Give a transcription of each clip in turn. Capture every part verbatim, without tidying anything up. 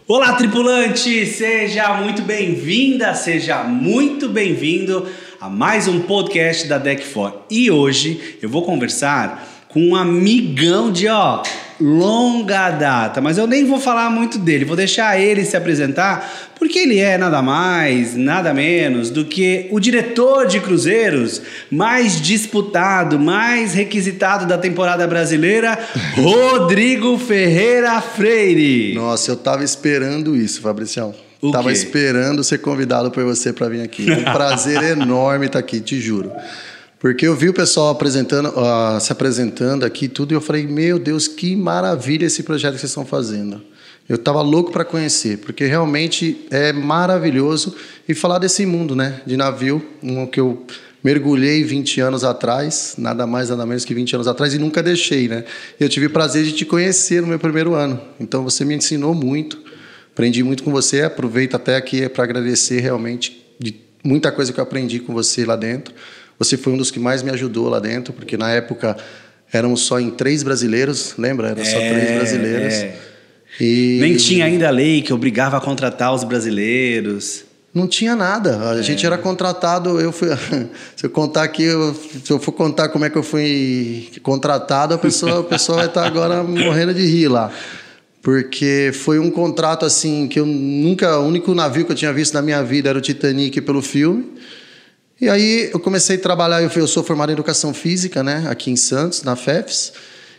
Olá, tripulante! Seja muito bem-vinda, seja muito bem-vindo a mais um podcast da Deck quatro. E hoje eu vou conversar com um amigão de, ó, longa data, mas eu nem vou falar muito dele, vou deixar ele se apresentar, porque ele é nada mais, nada menos do que o diretor de cruzeiros mais disputado, mais requisitado da temporada brasileira, Rodrigo Ferreira Freire. Nossa, eu tava esperando isso, Fabricião. O tava quê? esperando ser convidado por você para vir aqui. Um prazer enorme estar aqui, te juro. Porque eu vi o pessoal apresentando, uh, se apresentando aqui tudo e eu falei, meu Deus, que maravilha esse projeto que vocês estão fazendo. Eu estava louco para conhecer, porque realmente é maravilhoso. E falar desse mundo, né, de navio, um que eu mergulhei vinte anos atrás, nada mais, nada menos que vinte anos atrás, e nunca deixei, né? Eu tive o prazer de te conhecer no meu primeiro ano. Então você me ensinou muito, aprendi muito com você. Aproveito até aqui para agradecer realmente de muita coisa que eu aprendi com você lá dentro. Você foi um dos que mais me ajudou lá dentro, porque na época éramos só em três brasileiros, lembra? Eram é, só três brasileiros. É. E... Nem tinha ainda a lei que obrigava a contratar os brasileiros. Não tinha nada. A é. gente era contratado. Eu fui, se eu contar aqui, eu, se eu for contar como é que eu fui contratado, a pessoa, a pessoa vai estar agora morrendo de rir lá. Porque foi um contrato assim que eu nunca, o único navio que eu tinha visto na minha vida era o Titanic pelo filme. E aí eu comecei a trabalhar, eu, eu sou formado em Educação Física, né, aqui em Santos, na F E F S,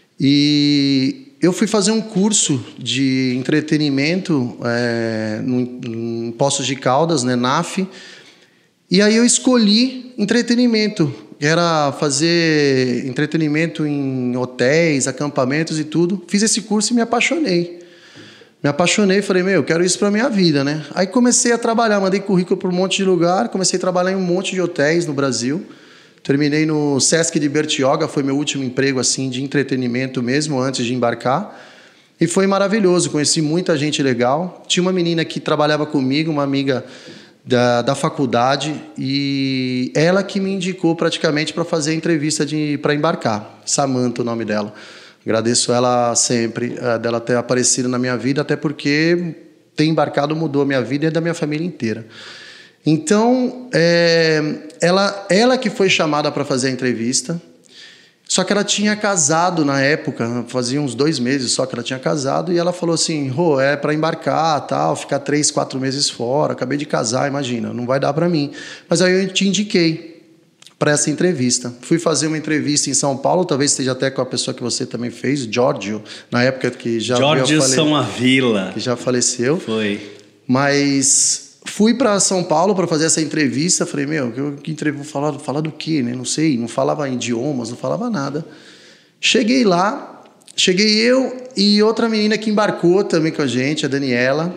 e eu fui fazer um curso de entretenimento é, no, em Poços de Caldas, né, N A F, e aí eu escolhi entretenimento, era fazer entretenimento em hotéis, acampamentos e tudo. Fiz esse curso e me apaixonei. Me apaixonei e falei, meu, eu quero isso para minha vida, né? Aí comecei a trabalhar, mandei currículo para um monte de lugar, comecei a trabalhar em um monte de hotéis no Brasil. Terminei no Sesc de Bertioga, foi meu último emprego assim de entretenimento mesmo, antes de embarcar. E foi maravilhoso, conheci muita gente legal. Tinha uma menina que trabalhava comigo, uma amiga da, da faculdade, e ela que me indicou praticamente para fazer a entrevista para embarcar. Samantha, o nome dela. Agradeço ela sempre, dela ter aparecido na minha vida, até porque ter embarcado mudou a minha vida e a da minha família inteira. Então, é, ela, ela que foi chamada para fazer a entrevista, só que ela tinha casado na época, fazia uns dois meses só que ela tinha casado, e ela falou assim, Rô, é para embarcar, tal, ficar três, quatro meses fora, acabei de casar, imagina, não vai dar para mim. Mas aí eu te indiquei para essa entrevista. Fui fazer uma entrevista em São Paulo, talvez esteja até com a pessoa que você também fez, Giorgio, na época que já Giorgio São a Vila, que já faleceu. Foi. Mas fui para São Paulo para fazer essa entrevista. Falei, meu, que, que entrevista, vou falar, falar do quê, né? Não sei, não falava idiomas, não falava nada. Cheguei lá, cheguei eu e outra menina que embarcou também com a gente, a Daniela.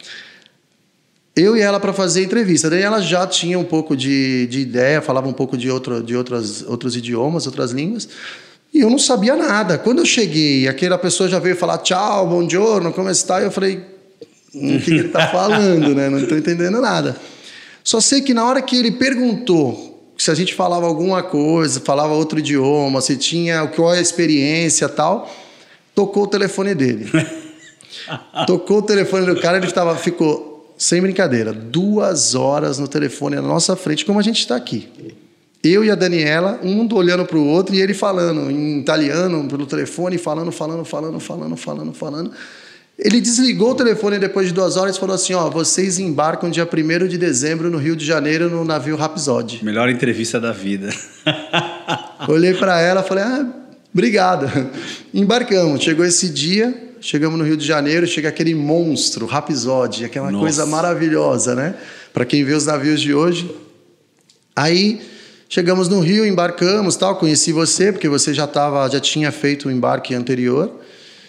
Eu e ela para fazer a entrevista. Daí ela já tinha um pouco de, de ideia, falava um pouco de, outro, de outras, outros idiomas, outras línguas, e eu não sabia nada. Quando eu cheguei, aquela pessoa já veio falar tchau, bom giorno, como está? Eu falei, o que ele está falando, né? Não estou entendendo nada. Só sei que na hora que ele perguntou se a gente falava alguma coisa, falava outro idioma, se tinha qual é a experiência e tal, tocou o telefone dele. Tocou o telefone do cara, ele tava, ficou... Sem brincadeira, duas horas no telefone na nossa frente, como a gente está aqui. Eu e a Daniela, um olhando para o outro e ele falando em italiano pelo telefone, falando, falando, falando, falando, falando, falando. Ele desligou o telefone depois de duas horas e falou assim, ó, vocês embarcam dia primeiro de dezembro no Rio de Janeiro no navio Rhapsody. Melhor entrevista da vida. Olhei para ela e falei, ah, obrigado. Embarcamos, chegou esse dia... Chegamos no Rio de Janeiro, chega aquele monstro, Rhapsody, aquela Nossa. coisa maravilhosa, né? Para quem vê os navios de hoje. Aí chegamos no Rio, embarcamos, tal, conheci você, porque você já tava, já tinha feito o embarque anterior.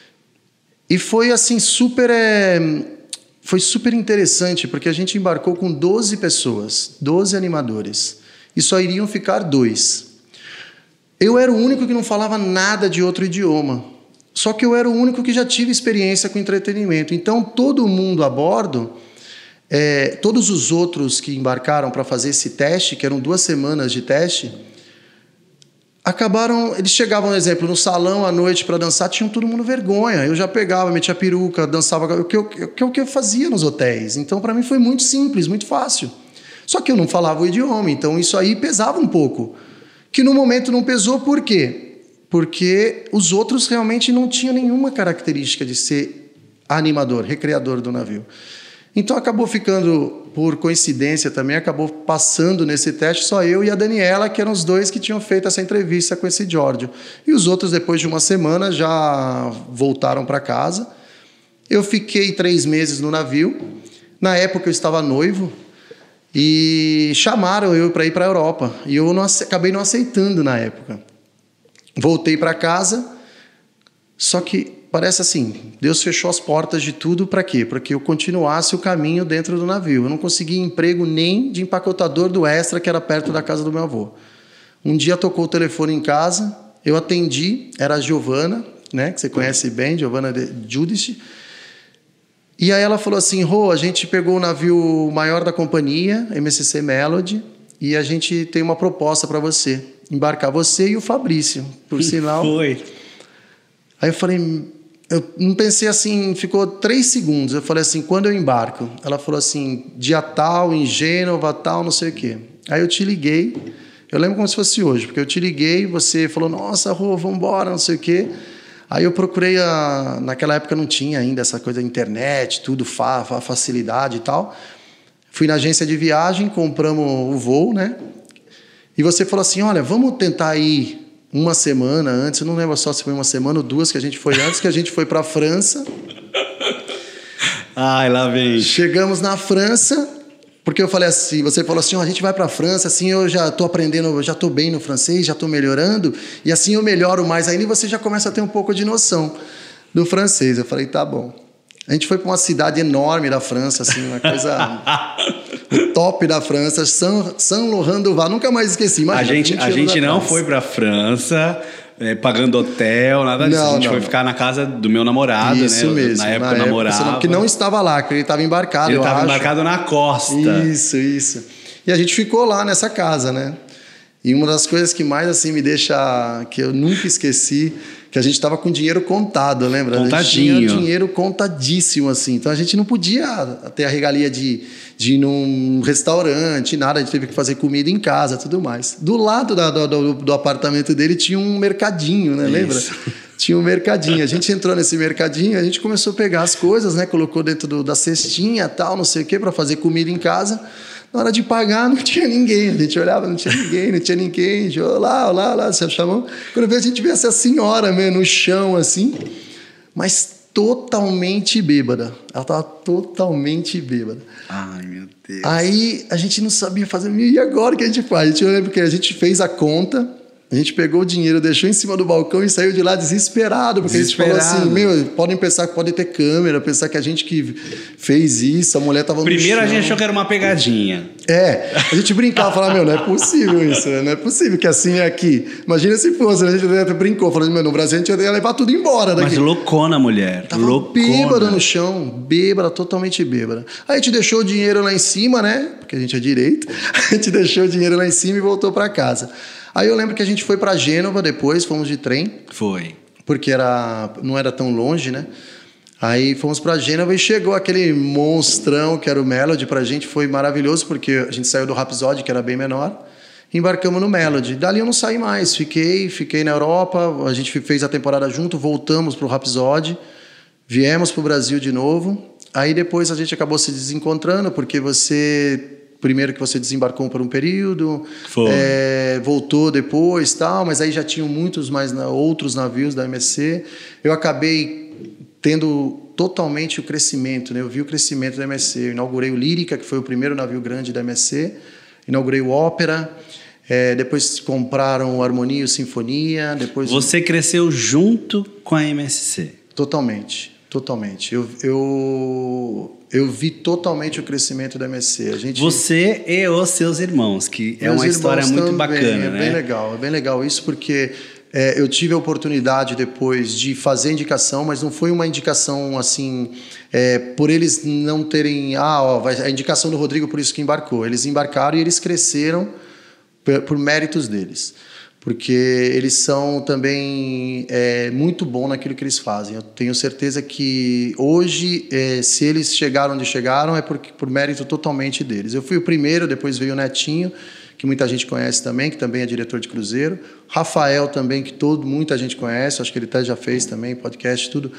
E foi assim super é, foi super interessante, porque a gente embarcou com doze pessoas, doze animadores, e só iriam ficar dois. Eu era o único que não falava nada de outro idioma. Só que eu era o único que já tive experiência com entretenimento. Então, todo mundo a bordo, é, todos os outros que embarcaram para fazer esse teste, que eram duas semanas de teste, acabaram, eles chegavam, por exemplo, no salão à noite para dançar, tinham todo mundo vergonha. Eu já pegava, metia peruca, dançava, o que eu, o que eu fazia nos hotéis. Então, para mim foi muito simples, muito fácil. Só que eu não falava o idioma, então isso aí pesava um pouco. Que no momento não pesou, por quê? Porque os outros realmente não tinham nenhuma característica de ser animador, recreador do navio. Então acabou ficando, por coincidência também, acabou passando nesse teste só eu e a Daniela, que eram os dois que tinham feito essa entrevista com esse Giorgio. E os outros, depois de uma semana, já voltaram para casa. Eu fiquei três meses no navio. Na época eu estava noivo e chamaram eu para ir para a Europa. E eu não, acabei não aceitando na época. Voltei para casa, só que parece assim, Deus fechou as portas de tudo para quê? Para que eu continuasse o caminho dentro do navio. Eu não consegui emprego nem de empacotador do Extra, que era perto da casa do meu avô. Um dia tocou o telefone em casa, eu atendi, era a Giovana, né, que você conhece bem, Giovana Giudice. E aí ela falou assim, Rô, a gente pegou o navio maior da companhia, M S C Melody, e a gente tem uma proposta para você. Embarcar você e o Fabrício, por sinal. Foi. Aí eu falei... Eu não pensei assim, ficou três segundos. Eu falei assim, quando eu embarco? Ela falou assim, dia tal, em Gênova, tal, não sei o quê. Aí eu te liguei, eu lembro como se fosse hoje, porque eu te liguei, você falou, nossa, Rô, vamos embora, não sei o quê. Aí eu procurei, a... naquela época não tinha ainda essa coisa da internet, tudo, fa... facilidade e tal. Fui na agência de viagem, compramos o voo, né? E você falou assim, olha, vamos tentar ir... uma semana antes, eu não lembro só se foi uma semana ou duas que a gente foi antes, que a gente foi para a França. Ai, lá vem. Chegamos na França, porque eu falei assim, você falou assim, oh, a gente vai para a França, assim eu já estou aprendendo, eu já estou bem no francês, já estou melhorando, e assim eu melhoro mais ainda e você já começa a ter um pouco de noção do francês. Eu falei, tá bom. A gente foi para uma cidade enorme da França, assim, uma coisa... o top da França, Saint-Laurent-du-Var, nunca mais esqueci. Imagina, a gente, a gente não foi para a França é, pagando hotel, nada disso. Não, a gente não. foi ficar na casa do meu namorado, isso né? Mesmo, na época na eu namorava. Época, que não estava lá, que ele estava embarcado, Ele estava embarcado na costa. Isso, isso. E a gente ficou lá nessa casa, né? E uma das coisas que mais assim me deixa... que eu nunca esqueci... que a gente estava com dinheiro contado, lembra? Contadinho. A gente tinha dinheiro contadíssimo, assim. Então, a gente não podia ter a regalia de, de ir num restaurante, nada. A gente teve que fazer comida em casa, tudo mais. Do lado da, do, do apartamento dele tinha um mercadinho, né? Lembra? Isso. Tinha um mercadinho. A gente entrou nesse mercadinho, a gente começou a pegar as coisas, né? Colocou dentro do, da cestinha, tal, não sei o quê, para fazer comida em casa. Na hora de pagar, não tinha ninguém. A gente olhava, não tinha ninguém, não tinha ninguém. Olá, olá, olá, você chamou. Quando veio, a gente vê essa senhora mesmo no chão, assim, mas totalmente bêbada. Ela estava totalmente bêbada. Ai, meu Deus. Aí a gente não sabia fazer. E agora o que a gente faz? A gente, eu lembro que a gente fez a conta. A gente pegou o dinheiro, deixou em cima do balcão e saiu de lá desesperado, porque desesperado. A gente falou assim, meu, podem pensar que pode ter câmera, pensar que a gente que fez isso, a mulher tava no Primeiro chão. A gente achou que era uma pegadinha. É, a gente brincava, falava, meu, não é possível isso, não é possível que assim é aqui. Imagina se fosse, a gente brincou, falando, meu, no Brasil a gente ia levar tudo embora daqui. Mas loucona a mulher, tava loucona. Bêbada no chão, bêbada, totalmente bêbada. Aí a gente deixou o dinheiro lá em cima, né, porque a gente é direito, a gente deixou o dinheiro lá em cima e voltou para casa. Aí eu lembro que a gente foi para Gênova depois, fomos de trem. Foi. Porque era, não era tão longe, né? Aí fomos para Gênova e chegou aquele monstrão que era o Melody. Pra gente foi maravilhoso, porque a gente saiu do Rhapsody, que era bem menor, e embarcamos no Melody. Dali eu não saí mais, fiquei, fiquei na Europa, a gente fez a temporada junto, voltamos pro Rhapsody, viemos pro Brasil de novo. Aí depois a gente acabou se desencontrando, porque você... Primeiro que você desembarcou por um período, é, voltou depois, tal, mas aí já tinham muitos mais na, outros navios da M S C. Eu acabei tendo totalmente o crescimento, né? Eu vi o crescimento da M S C. Eu inaugurei o Lírica, que foi o primeiro navio grande da M S C. Inaugurei o Ópera. É, depois compraram o Harmonia e o Sinfonia. Depois você cresceu junto com a M S C? Totalmente, totalmente. Eu... eu Eu vi totalmente o crescimento da M S C. A gente... Você e os seus irmãos, que é uma história muito também, bacana, é né? É bem legal, é bem legal isso, porque é, eu tive a oportunidade depois de fazer indicação, mas não foi uma indicação assim, é, por eles não terem... Ah, ó, vai, a indicação do Rodrigo, por isso que embarcou. Eles embarcaram e eles cresceram por, por méritos deles. porque eles são também é, muito bons naquilo que eles fazem. Eu tenho certeza que hoje, é, se eles chegaram onde chegaram, é por, por mérito totalmente deles. Eu fui o primeiro, depois veio o Netinho, que muita gente conhece também, que também é diretor de cruzeiro. Rafael também, que todo, muita gente conhece, acho que ele até já fez também podcast, tudo.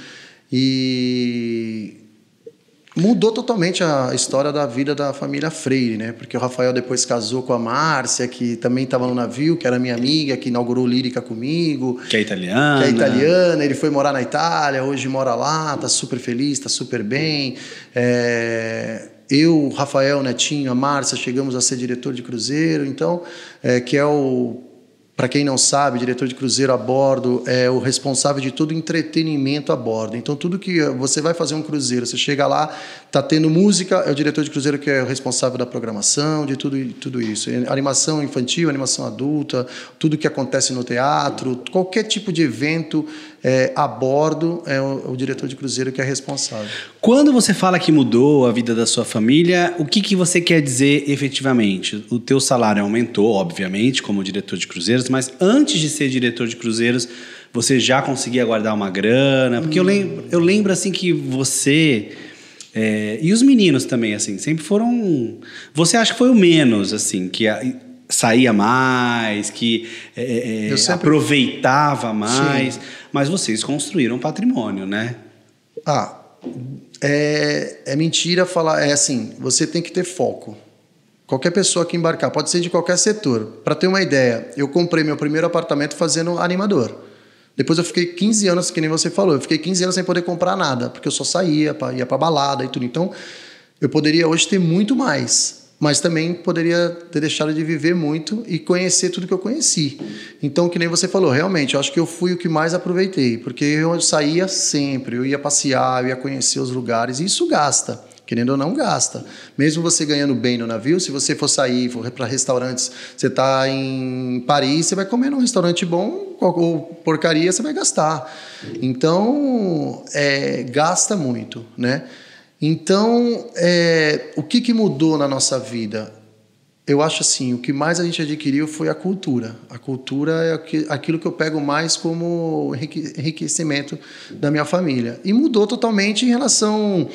E mudou totalmente a história da vida da família Freire, né? Porque o Rafael depois casou com a Márcia, que também estava no navio, que era minha amiga, que inaugurou Lírica comigo. Que é italiana. Que é italiana. Ele foi morar na Itália, hoje mora lá, tá super feliz, tá super bem. É... Eu, Rafael, Netinho, a Márcia, chegamos a ser diretor de cruzeiro, então, é, que é o, para quem não sabe, diretor de cruzeiro a bordo é o responsável de todo o entretenimento a bordo. Então, tudo que você vai fazer um cruzeiro, você chega lá, tá tendo música, é o diretor de cruzeiro que é o responsável da programação, de tudo, tudo isso. Animação infantil, animação adulta, tudo que acontece no teatro, qualquer tipo de evento é, a bordo é o, o diretor de cruzeiro que é responsável. Quando você fala que mudou a vida da sua família, o que, que você quer dizer efetivamente? O teu salário aumentou, obviamente, como diretor de cruzeiros, mas antes de ser diretor de cruzeiros, você já conseguia guardar uma grana? Porque hum. eu lembro, eu lembro assim que você... É, e os meninos também, assim, sempre foram... Você acha que foi o menos, assim, que... A, saía mais, que é, sempre... aproveitava mais, Sim. mas vocês construíram um patrimônio, né? Ah, é, é mentira falar, é assim, você tem que ter foco. Qualquer pessoa que embarcar, pode ser de qualquer setor. Para ter uma ideia, eu comprei meu primeiro apartamento fazendo animador. Depois eu fiquei quinze anos, que nem você falou, eu fiquei quinze anos sem poder comprar nada, porque eu só saía, ia para balada e tudo. Então, eu poderia hoje ter muito mais, mas também poderia ter deixado de viver muito e conhecer tudo que eu conheci. Então, que nem você falou, realmente, eu acho que eu fui o que mais aproveitei, porque eu saía sempre, eu ia passear, eu ia conhecer os lugares, e isso gasta, querendo ou não, gasta. Mesmo você ganhando bem no navio, se você for sair, for para restaurantes, você está em Paris, você vai comer num restaurante bom, ou porcaria, você vai gastar. Então, é, gasta muito, né? Então, é, o que, que mudou na nossa vida? Eu acho assim, o que mais a gente adquiriu foi a cultura. A cultura é aquilo que eu pego mais como enriquecimento da minha família. E mudou totalmente em relação...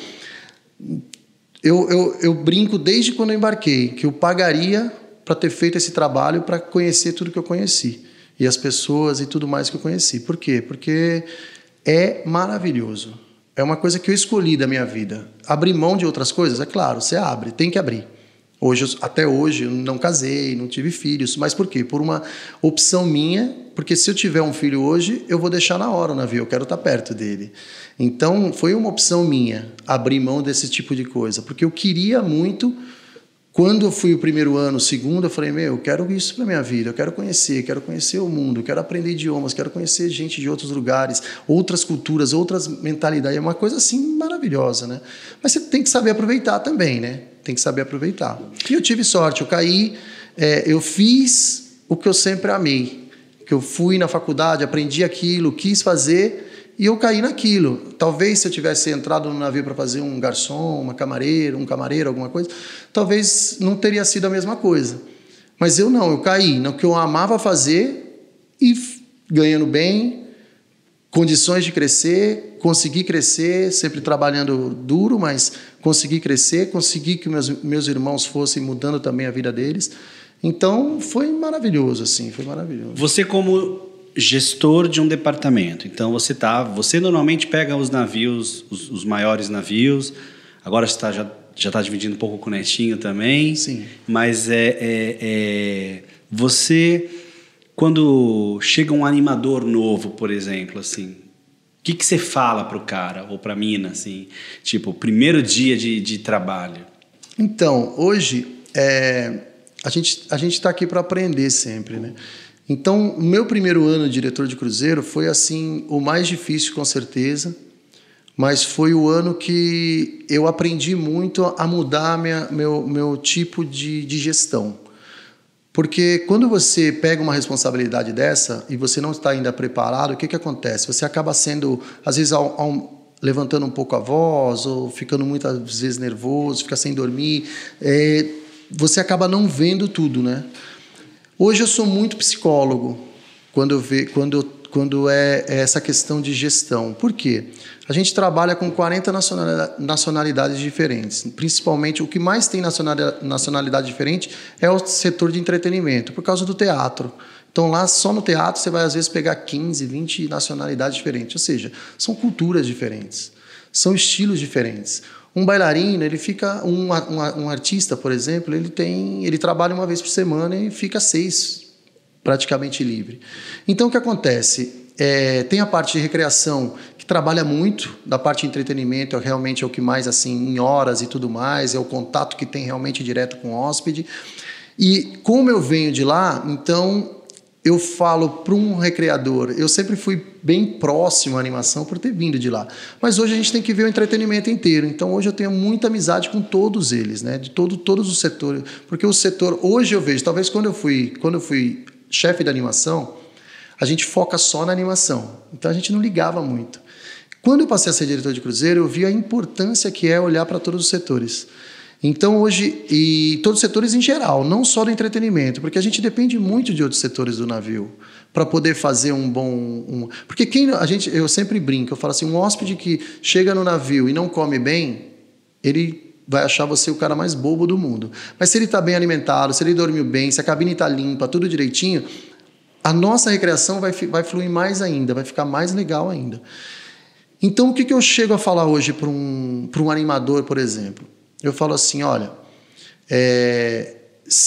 Eu, eu, eu brinco desde quando eu embarquei, que eu pagaria para ter feito esse trabalho, para conhecer tudo que eu conheci. E as pessoas e tudo mais que eu conheci. Por quê? Porque é maravilhoso. É uma coisa que eu escolhi da minha vida. Abrir mão de outras coisas, é claro, você abre, tem que abrir. Hoje, até hoje, eu não casei, não tive filhos. Mas por quê? Por uma opção minha, porque se eu tiver um filho hoje, eu vou deixar na hora o navio, eu quero estar perto dele. Então, foi uma opção minha, abrir mão desse tipo de coisa. Porque eu queria muito... Quando eu fui o primeiro ano, o segundo, eu falei, meu, eu quero isso para minha vida, eu quero conhecer, quero conhecer o mundo, eu quero aprender idiomas, quero conhecer gente de outros lugares, outras culturas, outras mentalidades. É uma coisa, assim, maravilhosa, né? Mas você tem que saber aproveitar também, né? Tem que saber aproveitar. E eu tive sorte, eu caí, é, eu fiz o que eu sempre amei, que eu fui na faculdade, aprendi aquilo, quis fazer... E eu caí naquilo. Talvez se eu tivesse entrado no navio para fazer um garçom, uma camareira, um camareiro, alguma coisa, talvez não teria sido a mesma coisa. Mas eu não, eu caí no que eu amava fazer e ganhando bem, condições de crescer, consegui crescer, sempre trabalhando duro, mas consegui crescer, consegui que meus, meus irmãos fossem mudando também a vida deles. Então, foi maravilhoso, assim, foi maravilhoso. Você como... gestor de um departamento. Então você tá, você normalmente pega os navios, os, os maiores navios. Agora você tá, já já está dividindo um pouco com o Netinho também. Sim. Mas é, é, é você quando chega um animador novo, por exemplo, assim, o que que você fala pro cara ou pra mina, assim, tipo primeiro dia de, de trabalho? Então hoje é, a gente a gente está aqui para aprender sempre, né? Então, o meu primeiro ano de diretor de cruzeiro foi, assim, o mais difícil, com certeza, mas foi o ano que eu aprendi muito a mudar minha, meu, meu tipo de, de gestão. Porque quando você pega uma responsabilidade dessa e você não está ainda preparado, o que que acontece? Você acaba sendo, às vezes, ao, ao, levantando um pouco a voz ou ficando muitas vezes nervoso, fica sem dormir. É, você acaba não vendo tudo, né? Hoje eu sou muito psicólogo, quando, vê, quando, quando é essa questão de gestão. Por quê? A gente trabalha com quarenta nacionalidades diferentes. Principalmente, o que mais tem nacionalidade diferente é o setor de entretenimento, por causa do teatro. Então, lá, só no teatro, você vai, às vezes, pegar quinze, vinte nacionalidades diferentes. Ou seja, são culturas diferentes, são estilos diferentes. Um bailarino, ele fica... Um, um, um artista, por exemplo, ele, tem, ele trabalha uma vez por semana e fica seis praticamente livre. Então, o que acontece? É, tem a parte de recreação, que trabalha muito, da parte de entretenimento, é realmente é o que mais, assim, em horas e tudo mais, é o contato que tem realmente direto com o hóspede. E como eu venho de lá, então eu falo para um recreador, eu sempre fui bem próximo à animação por ter vindo de lá, mas hoje a gente tem que ver o entretenimento inteiro. Então hoje eu tenho muita amizade com todos eles, né, de todo, todos os setores, porque o setor, hoje eu vejo, talvez quando eu fui, quando eu fui chefe da animação, a gente foca só na animação, então a gente não ligava muito. Quando eu passei a ser diretor de cruzeiro, eu vi a importância que é olhar para todos os setores. Então, hoje, e todos os setores em geral, não só do entretenimento, porque a gente depende muito de outros setores do navio para poder fazer um bom... Um, porque quem a gente, eu sempre brinco, eu falo assim, um hóspede que chega no navio e não come bem, ele vai achar você o cara mais bobo do mundo. Mas se ele está bem alimentado, se ele dormiu bem, se a cabine está limpa, tudo direitinho, a nossa recreação vai, vai fluir mais ainda, vai ficar mais legal ainda. Então, o que, que eu chego a falar hoje para um, para um animador, por exemplo? Eu falo assim, olha, é,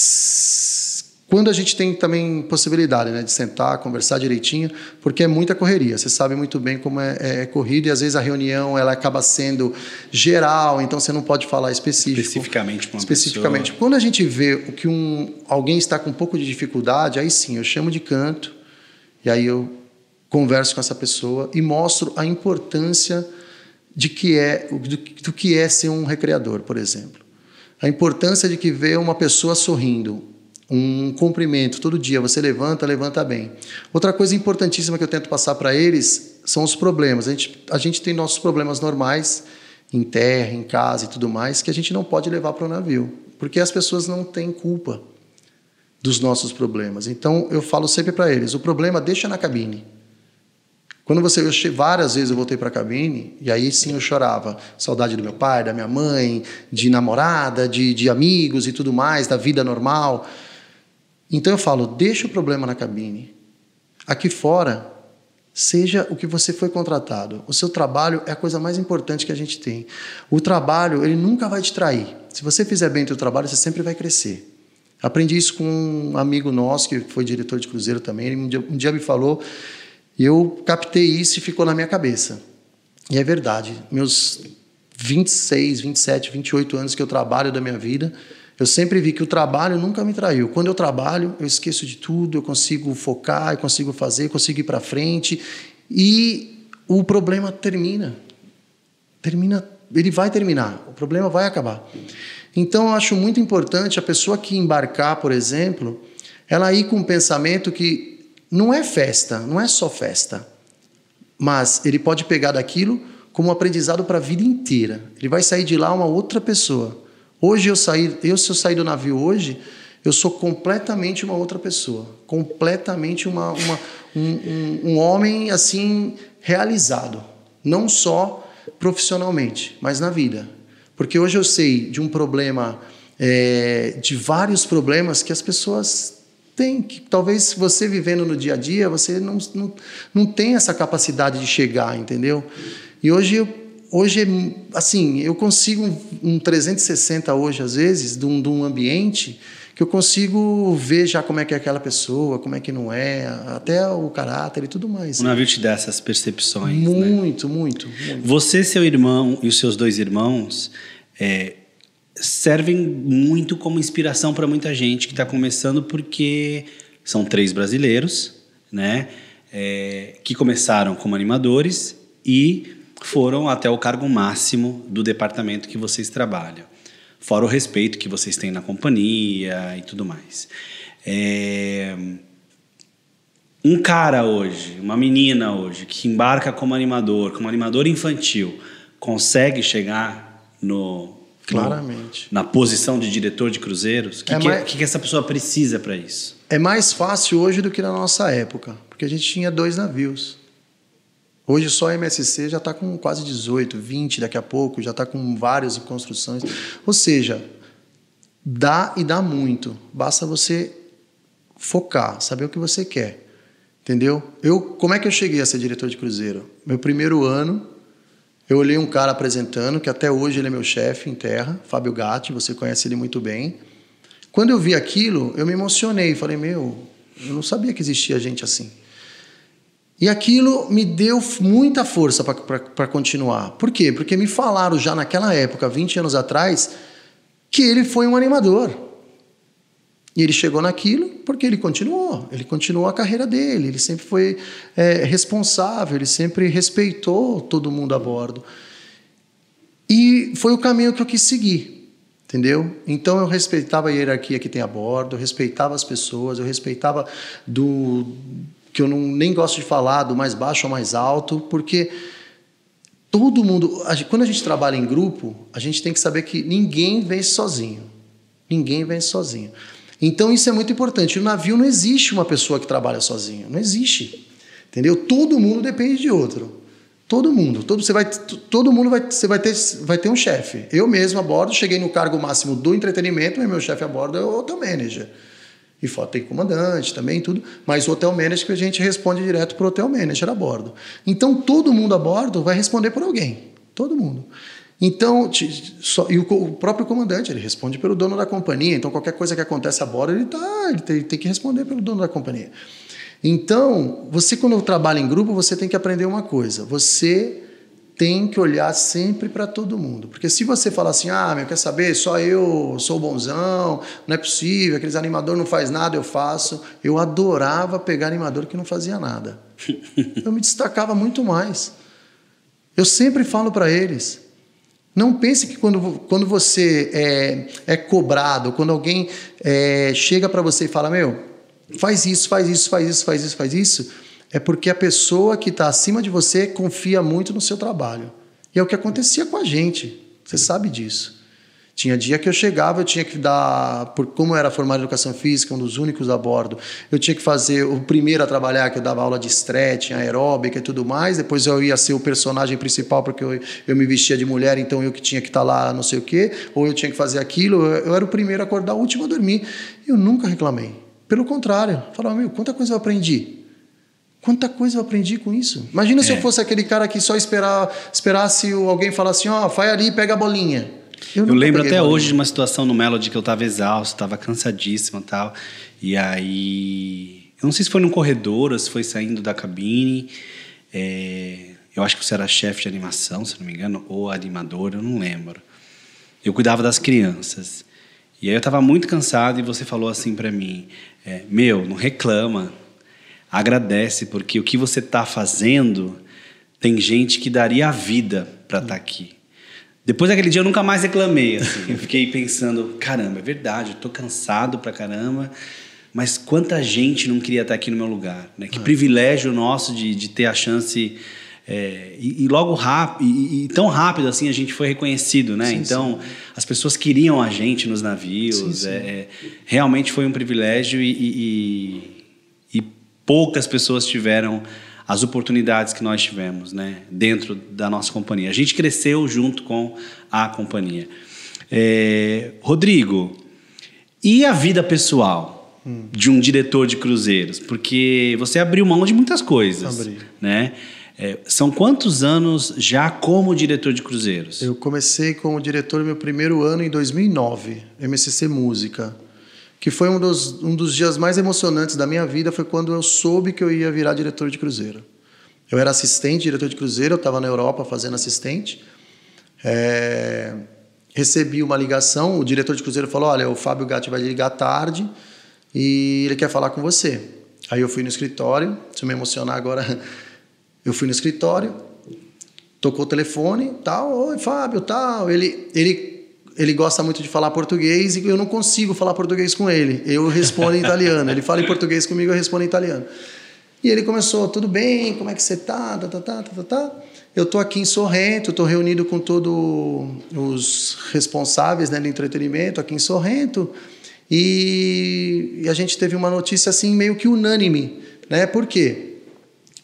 quando a gente tem também possibilidade, né, de sentar, conversar direitinho, porque é muita correria, você sabe muito bem como é, é corrido, e às vezes a reunião ela acaba sendo geral, então você não pode falar específico. Especificamente com uma Especificamente. Pessoa. Quando a gente vê o que um, alguém está com um pouco de dificuldade, aí sim, eu chamo de canto, e aí eu converso com essa pessoa e mostro a importância de que é, do, do que é ser um recreador, por exemplo. A importância de que ver uma pessoa sorrindo, um cumprimento todo dia, você levanta, levanta bem. Outra coisa importantíssima que eu tento passar para eles são os problemas. A gente, a gente tem nossos problemas normais, em terra, em casa e tudo mais, que a gente não pode levar para o navio, porque as pessoas não têm culpa dos nossos problemas. Então, eu falo sempre para eles, o problema deixa na cabine. Quando você, eu, várias vezes eu voltei para a cabine, e aí sim eu chorava. Saudade do meu pai, da minha mãe, de namorada, de, de amigos e tudo mais, da vida normal. Então eu falo, deixa o problema na cabine. Aqui fora, seja o que você foi contratado. O seu trabalho é a coisa mais importante que a gente tem. O trabalho, ele nunca vai te trair. Se você fizer bem o seu trabalho, você sempre vai crescer. Aprendi isso com um amigo nosso, que foi diretor de cruzeiro também. Ele um dia, um dia me falou... E eu captei isso e ficou na minha cabeça. E é verdade. Meus vinte e seis, vinte e sete, vinte e oito anos que eu trabalho da minha vida, eu sempre vi que o trabalho nunca me traiu. Quando eu trabalho, eu esqueço de tudo, eu consigo focar, eu consigo fazer, eu consigo ir para frente. E o problema termina. Termina, ele vai terminar. O problema vai acabar. Então, eu acho muito importante a pessoa que embarcar, por exemplo, ela ir com um pensamento que não é festa, não é só festa, mas ele pode pegar daquilo como um aprendizado para a vida inteira. Ele vai sair de lá uma outra pessoa. Hoje eu saí, eu se eu sair do navio hoje, eu sou completamente uma outra pessoa, completamente uma, uma, um, um, um homem assim realizado, não só profissionalmente, mas na vida. Porque hoje eu sei de um problema, é, de vários problemas que as pessoas tem, que talvez você vivendo no dia a dia, você não, não, não tem essa capacidade de chegar, entendeu? E hoje, hoje assim, eu consigo um, um trezentos e sessenta hoje, às vezes, de um, de um ambiente que eu consigo ver já como é que é aquela pessoa, como é que não é, até o caráter e tudo mais. O navio te dá essas percepções, muito, né? muito, muito. Você, seu irmão e os seus dois irmãos... É, servem muito como inspiração para muita gente que está começando, porque são três brasileiros, né, é, que começaram como animadores e foram até o cargo máximo do departamento que vocês trabalham, fora o respeito que vocês têm na companhia e tudo mais. É, um cara hoje, uma menina hoje, que embarca como animador, como animador infantil, consegue chegar no... Claramente. Na posição de diretor de cruzeiros? O que, é que, mais... que, que essa pessoa precisa para isso? É mais fácil hoje do que na nossa época. Porque a gente tinha dois navios. Hoje só a M S C já está com quase dezoito, vinte daqui a pouco, já está com várias construções. Ou seja, dá e dá muito. Basta você focar, saber o que você quer. Entendeu? Eu, como é que eu cheguei a ser diretor de cruzeiro? Meu primeiro ano, eu olhei um cara apresentando, que até hoje ele é meu chefe em terra, Fábio Gatti, você conhece ele muito bem. Quando eu vi aquilo, eu me emocionei. Falei, meu, eu não sabia que existia gente assim. E aquilo me deu muita força para continuar. Por quê? Porque me falaram já naquela época, vinte anos atrás, que ele foi um animador. E ele chegou naquilo porque ele continuou. Ele continuou a carreira dele. Ele sempre foi é, responsável, ele sempre respeitou todo mundo a bordo. E foi o caminho que eu quis seguir, entendeu? Então eu respeitava a hierarquia que tem a bordo, eu respeitava as pessoas, eu respeitava do... que eu não, nem gosto de falar, do mais baixo ao mais alto, porque todo mundo... Quando a gente trabalha em grupo, a gente tem que saber que ninguém vence sozinho. Ninguém vence sozinho. Então isso é muito importante. No navio não existe uma pessoa que trabalha sozinho. Não existe. Entendeu? Todo mundo depende de outro. Todo mundo. Todo, você vai, todo mundo vai, você vai ter, vai ter um chefe. Eu mesmo a bordo, cheguei no cargo máximo do entretenimento, e meu chefe a bordo é o hotel manager. E fora tem comandante também, tudo. Mas o hotel manager que a gente responde direto para o hotel manager a bordo. Então todo mundo a bordo vai responder por alguém. Todo mundo. Então, só, e o, o próprio comandante, ele responde pelo dono da companhia. Então, qualquer coisa que acontece a bordo, ele, tá, ele tem, tem que responder pelo dono da companhia. Então, você quando trabalha em grupo, você tem que aprender uma coisa. Você tem que olhar sempre para todo mundo. Porque se você falar assim, ah, meu, quer saber, só eu sou bonzão, não é possível, aqueles animadores não faz nada, eu faço. Eu adorava pegar animador que não fazia nada. Eu me destacava muito mais. Eu sempre falo para eles... Não pense que quando, quando você é, é cobrado, quando alguém é, chega para você e fala, meu, faz isso, faz isso, faz isso, faz isso, faz isso, é porque a pessoa que está acima de você confia muito no seu trabalho. E é o que acontecia com a gente, você sabe disso. Tinha dia que eu chegava, eu tinha que dar, por como eu era formado em educação física, um dos únicos a bordo, eu tinha que fazer o primeiro a trabalhar, que eu dava aula de stretching, aeróbica e tudo mais, depois eu ia ser o personagem principal, porque eu, eu me vestia de mulher, então eu que tinha que estar lá, não sei o quê, ou eu tinha que fazer aquilo, eu, eu era o primeiro a acordar, o último a dormir. Eu nunca reclamei. Pelo contrário, eu falava, meu, quanta coisa eu aprendi. Quanta coisa eu aprendi com isso. Imagina é. se eu fosse aquele cara que só esperar, esperasse alguém falar assim, ó, oh, vai ali e pega a bolinha. Eu, eu lembro até hoje de uma situação no Melody que eu estava exausto, estava cansadíssimo e tal. E aí... Eu não sei se foi num corredor ou se foi saindo da cabine. É, eu acho que você era chefe de animação, se não me engano, ou animador, eu não lembro. Eu cuidava das crianças. E aí eu estava muito cansado e você falou assim para mim, é, meu, não reclama, agradece, porque o que você está fazendo, tem gente que daria a vida para estar tá aqui. Depois daquele dia eu nunca mais reclamei, assim. Eu fiquei pensando, caramba, é verdade, eu tô cansado pra caramba, mas quanta gente não queria estar aqui no meu lugar, né? Que ah. privilégio nosso de, de ter a chance, é, e, e logo rápido, e, e tão rápido assim a gente foi reconhecido, né? Sim, então, sim. As pessoas queriam a gente nos navios, sim, sim. É, é, realmente foi um privilégio e, e, e poucas pessoas tiveram as oportunidades que nós tivemos, né, dentro da nossa companhia. A gente cresceu junto com a companhia. É, Rodrigo, e a vida pessoal hum. de um diretor de cruzeiros? Porque você abriu mão de muitas coisas. Abri. Né? É, são quantos anos já como diretor de cruzeiros? Eu comecei como diretor no meu primeiro ano em dois mil e nove, M S C Música. Que foi um dos, um dos dias mais emocionantes da minha vida, foi quando eu soube que eu ia virar diretor de cruzeiro. Eu era assistente, diretor de cruzeiro, eu estava na Europa fazendo assistente. É, recebi uma ligação, o diretor de cruzeiro falou, olha, o Fábio Gatti vai ligar à tarde e ele quer falar com você. Aí eu fui no escritório, se eu me emocionar agora, eu fui no escritório, tocou o telefone, tal, oi Fábio, tal, ele... ele Ele gosta muito de falar português e eu não consigo falar português com ele. Eu respondo em italiano. Ele fala em português comigo, eu respondo em italiano. E ele começou, tudo bem, como é que você tá? Tá, tá, tá, tá, tá. Eu estou aqui em Sorrento, estou reunido com todos os responsáveis, né, do entretenimento aqui em Sorrento. E, e a gente teve uma notícia assim meio que unânime. Né? Por quê?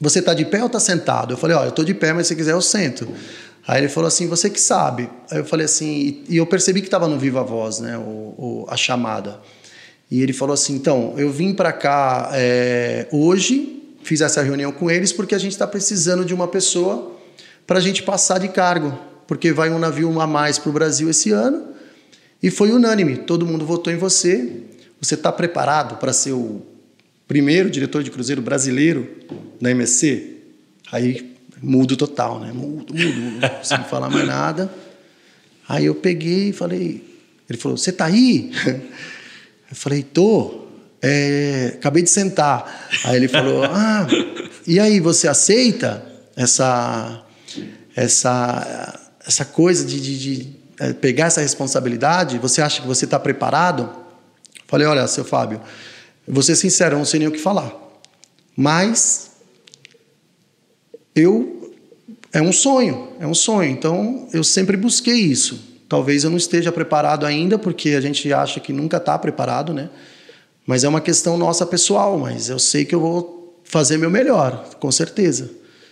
você tá de pé ou tá sentado? Eu falei, olha, eu tô de pé, mas se quiser eu sento. Aí ele falou assim, você que sabe. Aí eu falei assim, e eu percebi que estava no Viva Voz, né, o, o, a chamada. E ele falou assim, então, eu vim para cá é, hoje, fiz essa reunião com eles porque a gente está precisando de uma pessoa para a gente passar de cargo, porque vai um navio a mais para o Brasil esse ano, e foi unânime, todo mundo votou em você. Você está preparado para ser o primeiro diretor de cruzeiro brasileiro na M S C? Aí mudo total, né? Mudo, mudo, não consigo falar mais nada. Aí eu peguei e falei... Ele falou, você tá aí? Eu falei, tô. É, acabei de sentar. Aí ele falou, ah, e aí, você aceita essa, essa, essa coisa de, de, de pegar essa responsabilidade? Você acha que você está preparado? Falei, olha, seu Fábio, vou ser sincero, eu não sei nem o que falar. Mas eu é um sonho, é um sonho. Então, eu sempre busquei isso. Talvez eu não esteja preparado ainda, porque a gente acha que nunca está preparado, né? Mas é uma questão nossa pessoal, mas eu sei que eu vou fazer meu melhor, com certeza.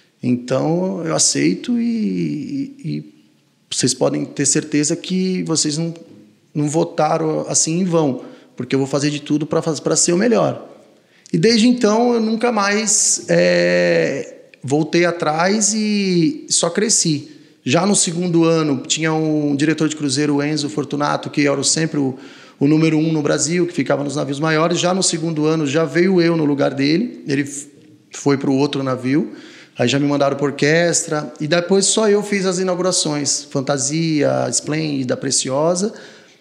Então, eu aceito e, e, e vocês podem ter certeza que vocês não, não votaram assim em vão, porque eu vou fazer de tudo para ser o melhor. E desde então, eu nunca mais é, voltei atrás e só cresci. Já no segundo ano, tinha um diretor de cruzeiro, o Enzo Fortunato, que era sempre o, o número um no Brasil, que ficava nos navios maiores. Já no segundo ano, já veio eu no lugar dele. Ele foi para o outro navio. Aí já me mandaram para orquestra. E depois só eu fiz as inaugurações. Fantasia, Esplêndida, Preciosa.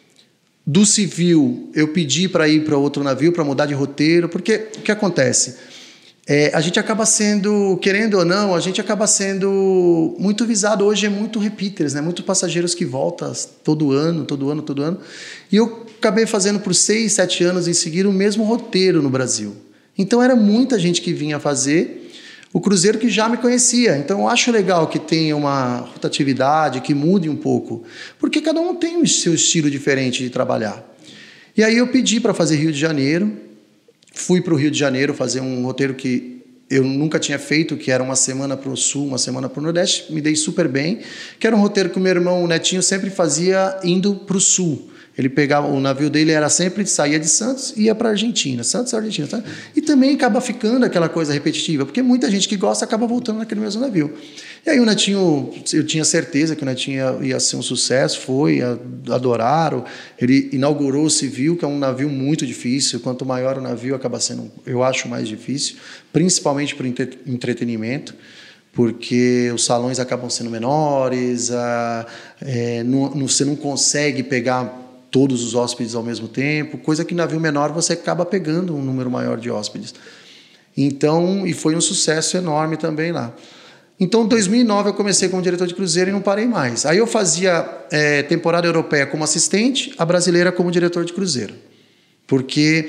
Do civil, eu pedi para ir para outro navio, para mudar de roteiro. Porque o que acontece? É, a gente acaba sendo, querendo ou não, a gente acaba sendo muito visado. Hoje é muito repeaters, né? Muito passageiros que voltam todo ano, todo ano, todo ano. E eu acabei fazendo por seis, sete anos em seguir o mesmo roteiro no Brasil. Então era muita gente que vinha fazer o cruzeiro que já me conhecia. Então eu acho legal que tenha uma rotatividade, que mude um pouco. Porque cada um tem o seu estilo diferente de trabalhar. E aí eu pedi para fazer Rio de Janeiro. Fui para o Rio de Janeiro fazer um roteiro que eu nunca tinha feito, que era uma semana para o Sul, uma semana para o Nordeste. Me dei super bem, que era um roteiro que o meu irmão, o Netinho, sempre fazia indo para o Sul. Ele pegava, o navio dele era sempre, saía de Santos e ia para a Argentina. Santos e Argentina. Tá? E também acaba ficando aquela coisa repetitiva, porque muita gente que gosta acaba voltando naquele mesmo navio. E aí o Netinho, eu tinha certeza que o Netinho ia, ia ser um sucesso, foi, adoraram. Ele inaugurou o Civil, que é um navio muito difícil. Quanto maior o navio, acaba sendo, eu acho, mais difícil, principalmente para o entretenimento, porque os salões acabam sendo menores, a, é, não, não, você não consegue pegar todos os hóspedes ao mesmo tempo, coisa que em navio menor você acaba pegando um número maior de hóspedes. Então, e foi um sucesso enorme também lá. Então, em dois mil e nove, eu comecei como diretor de cruzeiro e não parei mais. Aí eu fazia é, temporada europeia como assistente, a brasileira como diretor de cruzeiro. Porque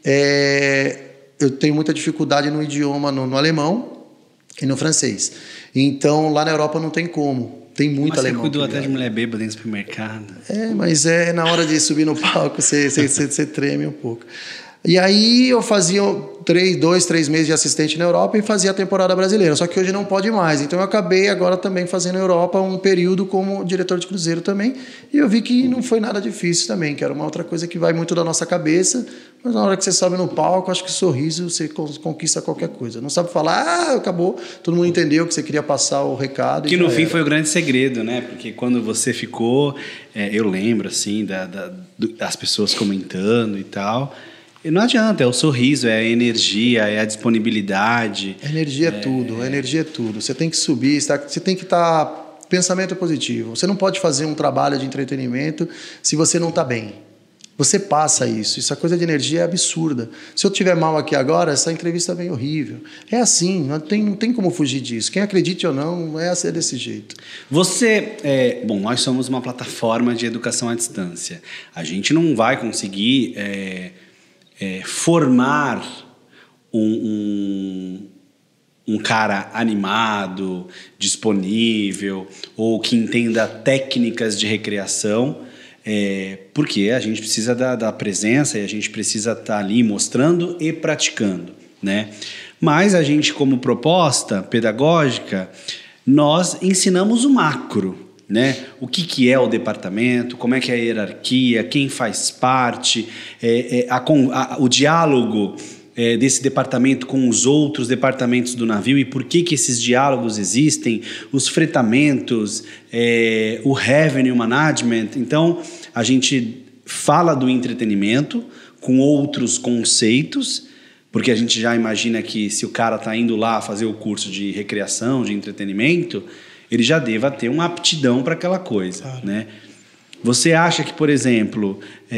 é, eu tenho muita dificuldade no idioma, no, no alemão e no francês. Então, lá na Europa não tem como. Tem muito mas alemão. Você cuidou até de mulher bêbada dentro do supermercado. É, mas é na hora de subir no palco, você, você, você, você treme um pouco. E aí eu fazia três, dois, três meses de assistente na Europa e fazia a temporada brasileira. Só que hoje não pode mais. Então eu acabei agora também fazendo na Europa um período como diretor de cruzeiro também. E eu vi que não foi nada difícil também, que era uma outra coisa que vai muito da nossa cabeça. Mas na hora que você sobe no palco, acho que sorriso você conquista qualquer coisa. Não sabe falar, ah, acabou. Todo mundo entendeu que você queria passar o recado. Que no fim era. Foi o grande segredo, né? Porque quando você ficou, é, eu lembro assim da, da, das pessoas comentando e tal. E não adianta, é o sorriso, é a energia, é a disponibilidade. A energia é, é tudo, a energia é tudo. Você tem que subir, você tem que estar... Pensamento positivo. Você não pode fazer um trabalho de entretenimento se você não está bem. Você passa isso. Essa coisa de energia é absurda. Se eu estiver mal aqui agora, essa entrevista vem horrível. É assim, não tem, não tem como fugir disso. Quem acredite ou não, é ser desse jeito. Você, é, bom, nós somos uma plataforma de educação à distância. A gente não vai conseguir... É, É, formar um, um, um cara animado, disponível, ou que entenda técnicas de recreação, é, porque a gente precisa da, da presença e a gente precisa estar ali mostrando e praticando, né? Mas a gente, como proposta pedagógica, nós ensinamos o macro, né? O que, que é o departamento, como é que é a hierarquia, quem faz parte, é, é, a, a, o diálogo é, desse departamento com os outros departamentos do navio e por que, que esses diálogos existem, os fretamentos, é, o revenue management. Então, a gente fala do entretenimento com outros conceitos, porque a gente já imagina que se o cara está indo lá fazer o curso de recreação, de entretenimento, ele já deva ter uma aptidão para aquela coisa, claro. Né? Você acha que, por exemplo,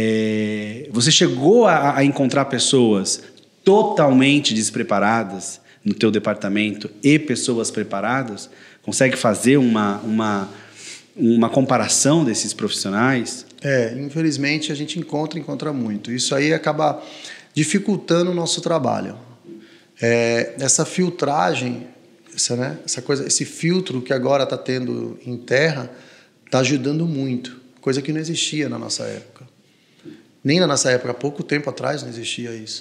é, você chegou a, a encontrar pessoas totalmente despreparadas no teu departamento e pessoas preparadas? Consegue fazer uma, uma, uma comparação desses profissionais? É, infelizmente a gente encontra, encontra muito. Isso aí acaba dificultando o nosso trabalho. É, essa filtragem, essa, né, essa coisa, esse filtro que agora está tendo em terra está ajudando muito, coisa que não existia na nossa época. Nem na nossa época, há pouco tempo atrás não existia isso.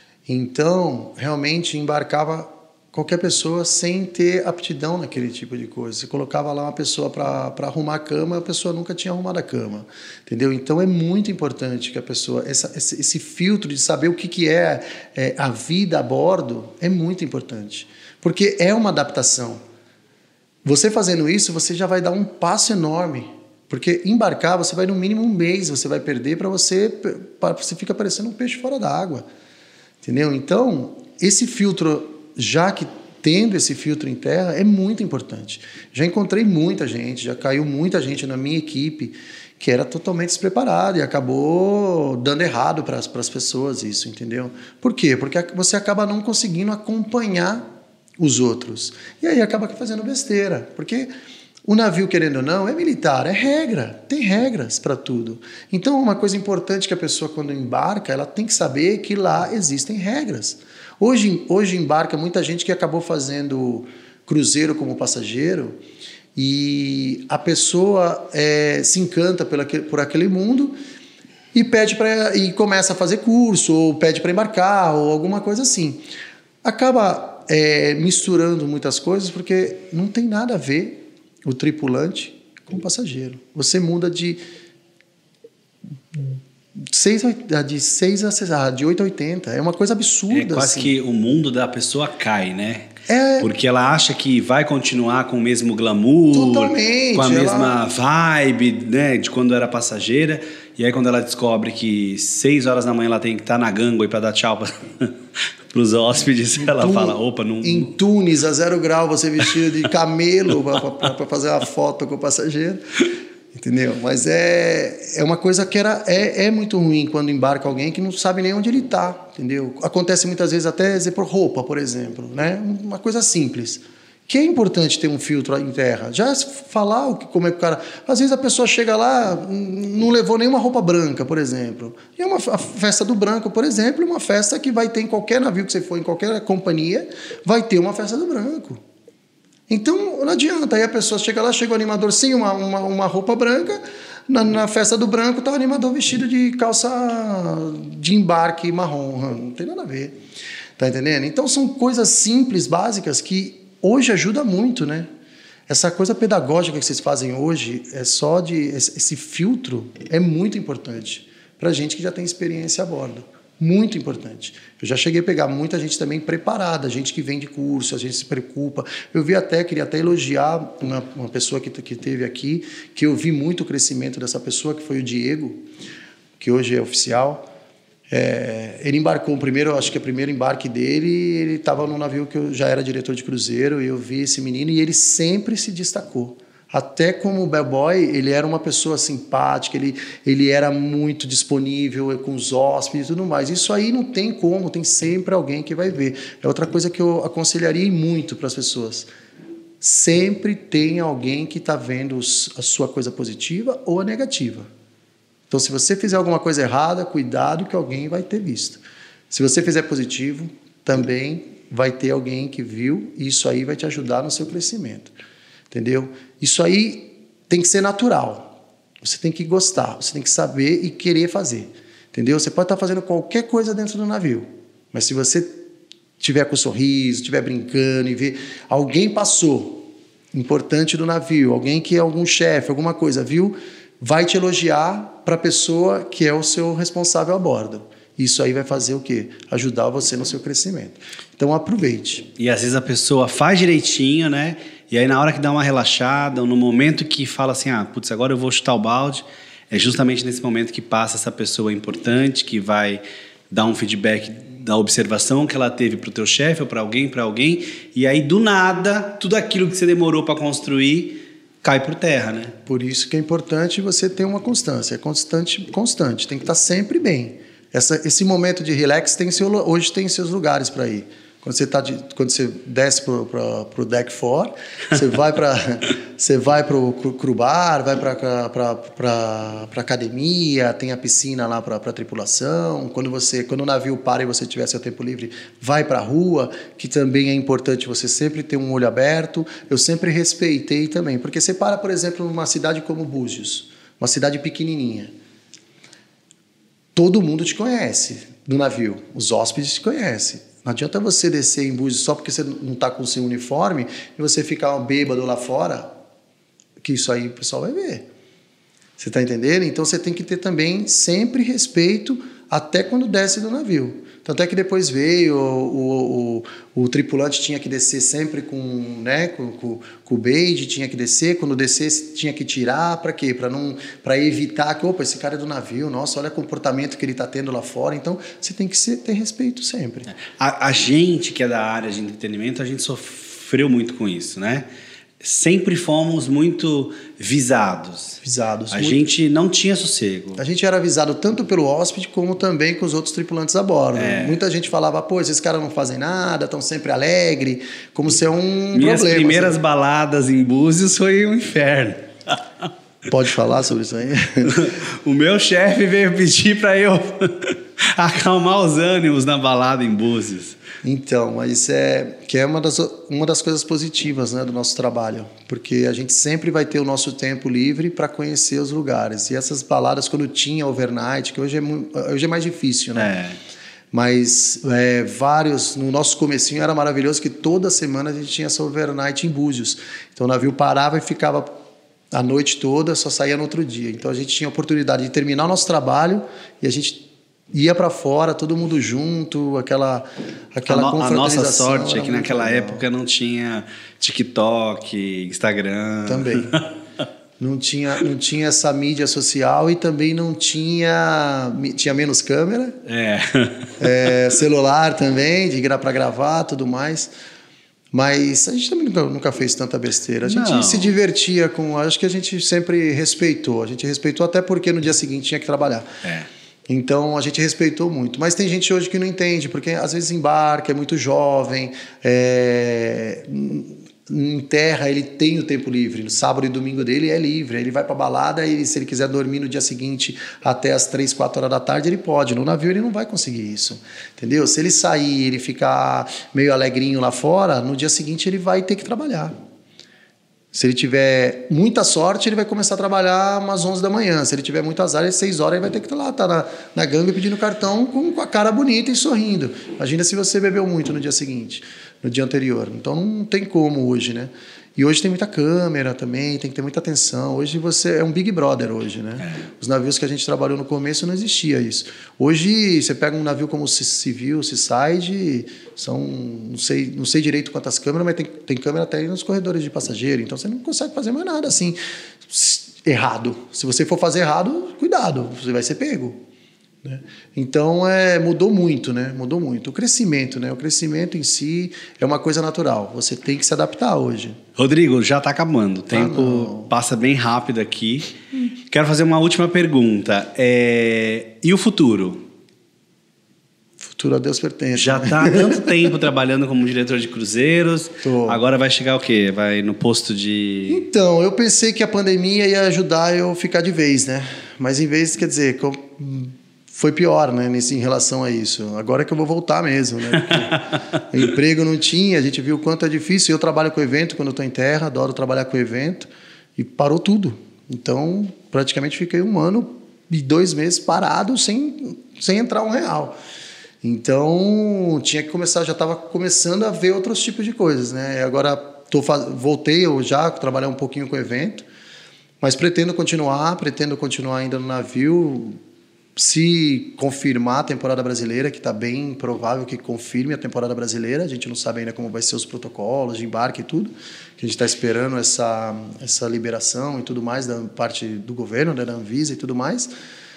Então, realmente embarcava qualquer pessoa sem ter aptidão naquele tipo de coisa. Você colocava lá uma pessoa para arrumar a cama, a pessoa nunca tinha arrumado a cama, entendeu? Então, é muito importante que a pessoa... Essa, esse, esse filtro de saber o que, que é, é a vida a bordo é muito importante, porque é uma adaptação. Você fazendo isso, você já vai dar um passo enorme, porque embarcar, você vai no mínimo um mês, você vai perder para você... Pra, você fica parecendo um peixe fora da água, entendeu? Então, esse filtro... já que tendo esse filtro em terra, é muito importante. Já encontrei muita gente, já caiu muita gente na minha equipe que era totalmente despreparada e acabou dando errado para as pessoas isso, entendeu? Por quê? Porque você acaba não conseguindo acompanhar os outros. E aí acaba fazendo besteira, porque o navio, querendo ou não, é militar, é regra, tem regras para tudo. Então, uma coisa importante que a pessoa, quando embarca, ela tem que saber que lá existem regras. Hoje, hoje embarca muita gente que acabou fazendo cruzeiro como passageiro e a pessoa é, se encanta por aquele, por aquele mundo e, pede pra, e começa a fazer curso ou pede para embarcar ou alguma coisa assim. Acaba é, misturando muitas coisas porque não tem nada a ver o tripulante com o passageiro. Você muda de... Seis, de seis a de oito a oitenta. É uma coisa absurda. É quase assim. que o mundo da pessoa cai, né? É... Porque ela acha que vai continuar com o mesmo glamour, Totalmente, com a ela... mesma vibe, né, de quando era passageira. E aí quando ela descobre que seis horas da manhã ela tem que estar na gangway para dar tchau para os hóspedes, em ela Tun... fala, opa, não... Em Tunis, a zero grau, você vestido de camelo para fazer uma foto com o passageiro. Entendeu? Mas é, é uma coisa que era, é, é muito ruim quando embarca alguém que não sabe nem onde ele está, entendeu? Acontece muitas vezes até dizer por roupa, por exemplo, né? Uma coisa simples. Que é importante ter um filtro em terra. Já falar o que, como é que o cara... Às vezes a pessoa chega lá, não levou nenhuma roupa branca, por exemplo. E uma a festa do branco, por exemplo, uma festa que vai ter em qualquer navio que você for, em qualquer companhia, vai ter uma festa do branco. Então, não adianta. Aí a pessoa chega lá, chega o animador sem uma, uma, uma roupa branca, na, na festa do branco está o animador vestido de calça de embarque marrom. Não tem nada a ver. Tá entendendo? Então, são coisas simples, básicas, que hoje ajuda muito, né? Essa coisa pedagógica que vocês fazem hoje, é só de... Esse filtro é muito importante para a gente que já tem experiência a bordo. Muito importante. Eu já cheguei a pegar muita gente também preparada, gente que vem de curso, a gente se preocupa. Eu vi até, queria até elogiar uma, uma pessoa que, que teve aqui, que eu vi muito o crescimento dessa pessoa, que foi o Diego, que hoje é oficial. É, ele embarcou o primeiro, acho que é o primeiro embarque dele, ele estava num navio que eu já era diretor de cruzeiro, e eu vi esse menino e ele sempre se destacou. Até como bellboy, ele era uma pessoa simpática, ele, ele era muito disponível com os hóspedes e tudo mais. Isso aí não tem como, tem sempre alguém que vai ver. É outra coisa que eu aconselharia muito para as pessoas. Sempre tem alguém que está vendo a sua coisa positiva ou a negativa. Então, se você fizer alguma coisa errada, cuidado que alguém vai ter visto. Se você fizer positivo, também vai ter alguém que viu e isso aí vai te ajudar no seu crescimento. Entendeu? Isso aí tem que ser natural. Você tem que gostar, você tem que saber e querer fazer. Entendeu? Você pode estar fazendo qualquer coisa dentro do navio, mas se você tiver com sorriso, tiver brincando e ver alguém passou, importante do navio, alguém que é algum chefe, alguma coisa, viu? Vai te elogiar para a pessoa que é o seu responsável a bordo. Isso aí vai fazer o quê? Ajudar você no seu crescimento. Então, aproveite. E às vezes a pessoa faz direitinho, né? E aí na hora que dá uma relaxada, ou no momento que fala assim, ah, putz, agora eu vou chutar o balde, é justamente nesse momento que passa essa pessoa importante, que vai dar um feedback da observação que ela teve para o teu chefe ou para alguém, para alguém, e aí do nada, tudo aquilo que você demorou para construir cai por terra, né? Por isso que é importante você ter uma constância. É constante, constante. Tem que estar sempre bem. Essa, esse momento de relax tem seu, hoje tem seus lugares para ir. Quando você, tá de, quando você desce para o deck four, você vai para você vai para o crew bar, vai para a academia, tem a piscina lá para a tripulação. Quando, você, quando o navio para e você tiver seu tempo livre, vai para a rua, que também é importante você sempre ter um olho aberto. Eu sempre respeitei também, porque você para, por exemplo, numa cidade como Búzios, uma cidade pequenininha. Todo mundo te conhece no navio, os hóspedes te conhecem. Não adianta você descer em Búzios só porque você não está com o seu uniforme e você ficar um bêbado lá fora, que isso aí o pessoal vai ver. Você está entendendo? Então você tem que ter também sempre respeito até quando desce do navio. Tanto é que depois veio, o, o, o, o tripulante tinha que descer sempre com, né, com, com, com o beide, tinha que descer, quando descesse tinha que tirar, para quê? Para não, para evitar que, opa, esse cara é do navio, nossa, olha o comportamento que ele está tendo lá fora. Então, você tem que ser, ter respeito sempre. A, a gente que é da área de entretenimento, a gente sofreu muito com isso, né? Sempre fomos muito visados. Visados. A muito. gente não tinha sossego. A gente era avisado tanto pelo hóspede como também com os outros tripulantes a bordo. É. Muita gente falava, pô, esses caras não fazem nada, estão sempre alegres, como se é um Minhas problema. Minhas primeiras assim. baladas em Búzios foi um inferno. Pode falar sobre isso aí? O meu chefe veio pedir para eu acalmar os ânimos na balada em Búzios. Então, mas é que é uma das, uma das coisas positivas, né, do nosso trabalho, porque a gente sempre vai ter o nosso tempo livre para conhecer os lugares. E essas baladas, quando tinha overnight, que hoje é, hoje é mais difícil, né? É. Mas é, vários, no nosso comecinho era maravilhoso que toda semana a gente tinha essa overnight em Búzios. Então o navio parava e ficava a noite toda, só saía no outro dia. Então a gente tinha a oportunidade de terminar o nosso trabalho e a gente ia para fora, todo mundo junto, aquela, aquela a no, confraternização. A nossa sorte é que naquela legal. época não tinha TikTok, Instagram. Também. Não tinha, não tinha essa mídia social e também não tinha... Tinha menos câmera. É. é celular também, de para gravar, tudo mais. Mas a gente também nunca, nunca fez tanta besteira. A gente não. se divertia com... Acho que a gente sempre respeitou. A gente respeitou até porque no dia seguinte tinha que trabalhar. É. Então, a gente respeitou muito. Mas tem gente hoje que não entende, porque às vezes embarca, é muito jovem, é... em terra ele tem o tempo livre, no sábado e domingo dele é livre, ele vai para balada e se ele quiser dormir no dia seguinte até as três, quatro horas da tarde, ele pode. No navio ele não vai conseguir isso, entendeu? Se ele sair, ele ficar meio alegrinho lá fora, no dia seguinte ele vai ter que trabalhar. Se ele tiver muita sorte, ele vai começar a trabalhar umas onze da manhã. Se ele tiver muito azar, às seis horas ele vai ter que estar lá, tá na, na gangue pedindo cartão com, com a cara bonita e sorrindo. Imagina se você bebeu muito no dia seguinte, no dia anterior. Então não tem como hoje, né? E hoje tem muita câmera também, tem que ter muita atenção. Hoje você é um Big Brother hoje, né? É. Os navios que a gente trabalhou no começo não existia isso. Hoje você pega um navio como o Civil, o Seaside, são não sei, não sei direito quantas câmeras, mas tem, tem câmera até aí nos corredores de passageiro. Então você não consegue fazer mais nada assim errado. Se você for fazer errado, cuidado, você vai ser pego. Né? Então é, mudou muito, né? Mudou muito. O crescimento, né? O crescimento em si é uma coisa natural. Você tem que se adaptar hoje. Rodrigo, já está acabando. O tempo ah, passa bem rápido aqui. Hum. Quero fazer uma última pergunta. É... E o futuro? Futuro a Deus pertence. Já está há tanto tempo trabalhando como diretor de cruzeiros. Tô. Agora vai chegar o quê? Vai no posto de... Então, eu pensei que a pandemia ia ajudar eu ficar de vez, né? Mas em vez, quer dizer... Foi pior, né, nesse, em relação a isso. Agora é que eu vou voltar mesmo, né? Emprego não tinha, a gente viu o quanto é difícil. Eu trabalho com evento quando eu estou em terra, adoro trabalhar com evento, e parou tudo. Então, praticamente fiquei um ano e dois meses parado sem, sem entrar um real. Então, tinha que começar, já estava começando a ver outros tipos de coisas, né? Agora, tô, voltei eu já, trabalhar um pouquinho com o evento, mas pretendo continuar, pretendo continuar ainda no navio, se confirmar a temporada brasileira, que está bem provável que confirme a temporada brasileira, a gente não sabe ainda como vai ser os protocolos de embarque e tudo, que a gente está esperando essa, essa liberação e tudo mais da parte do governo, né, da Anvisa e tudo mais.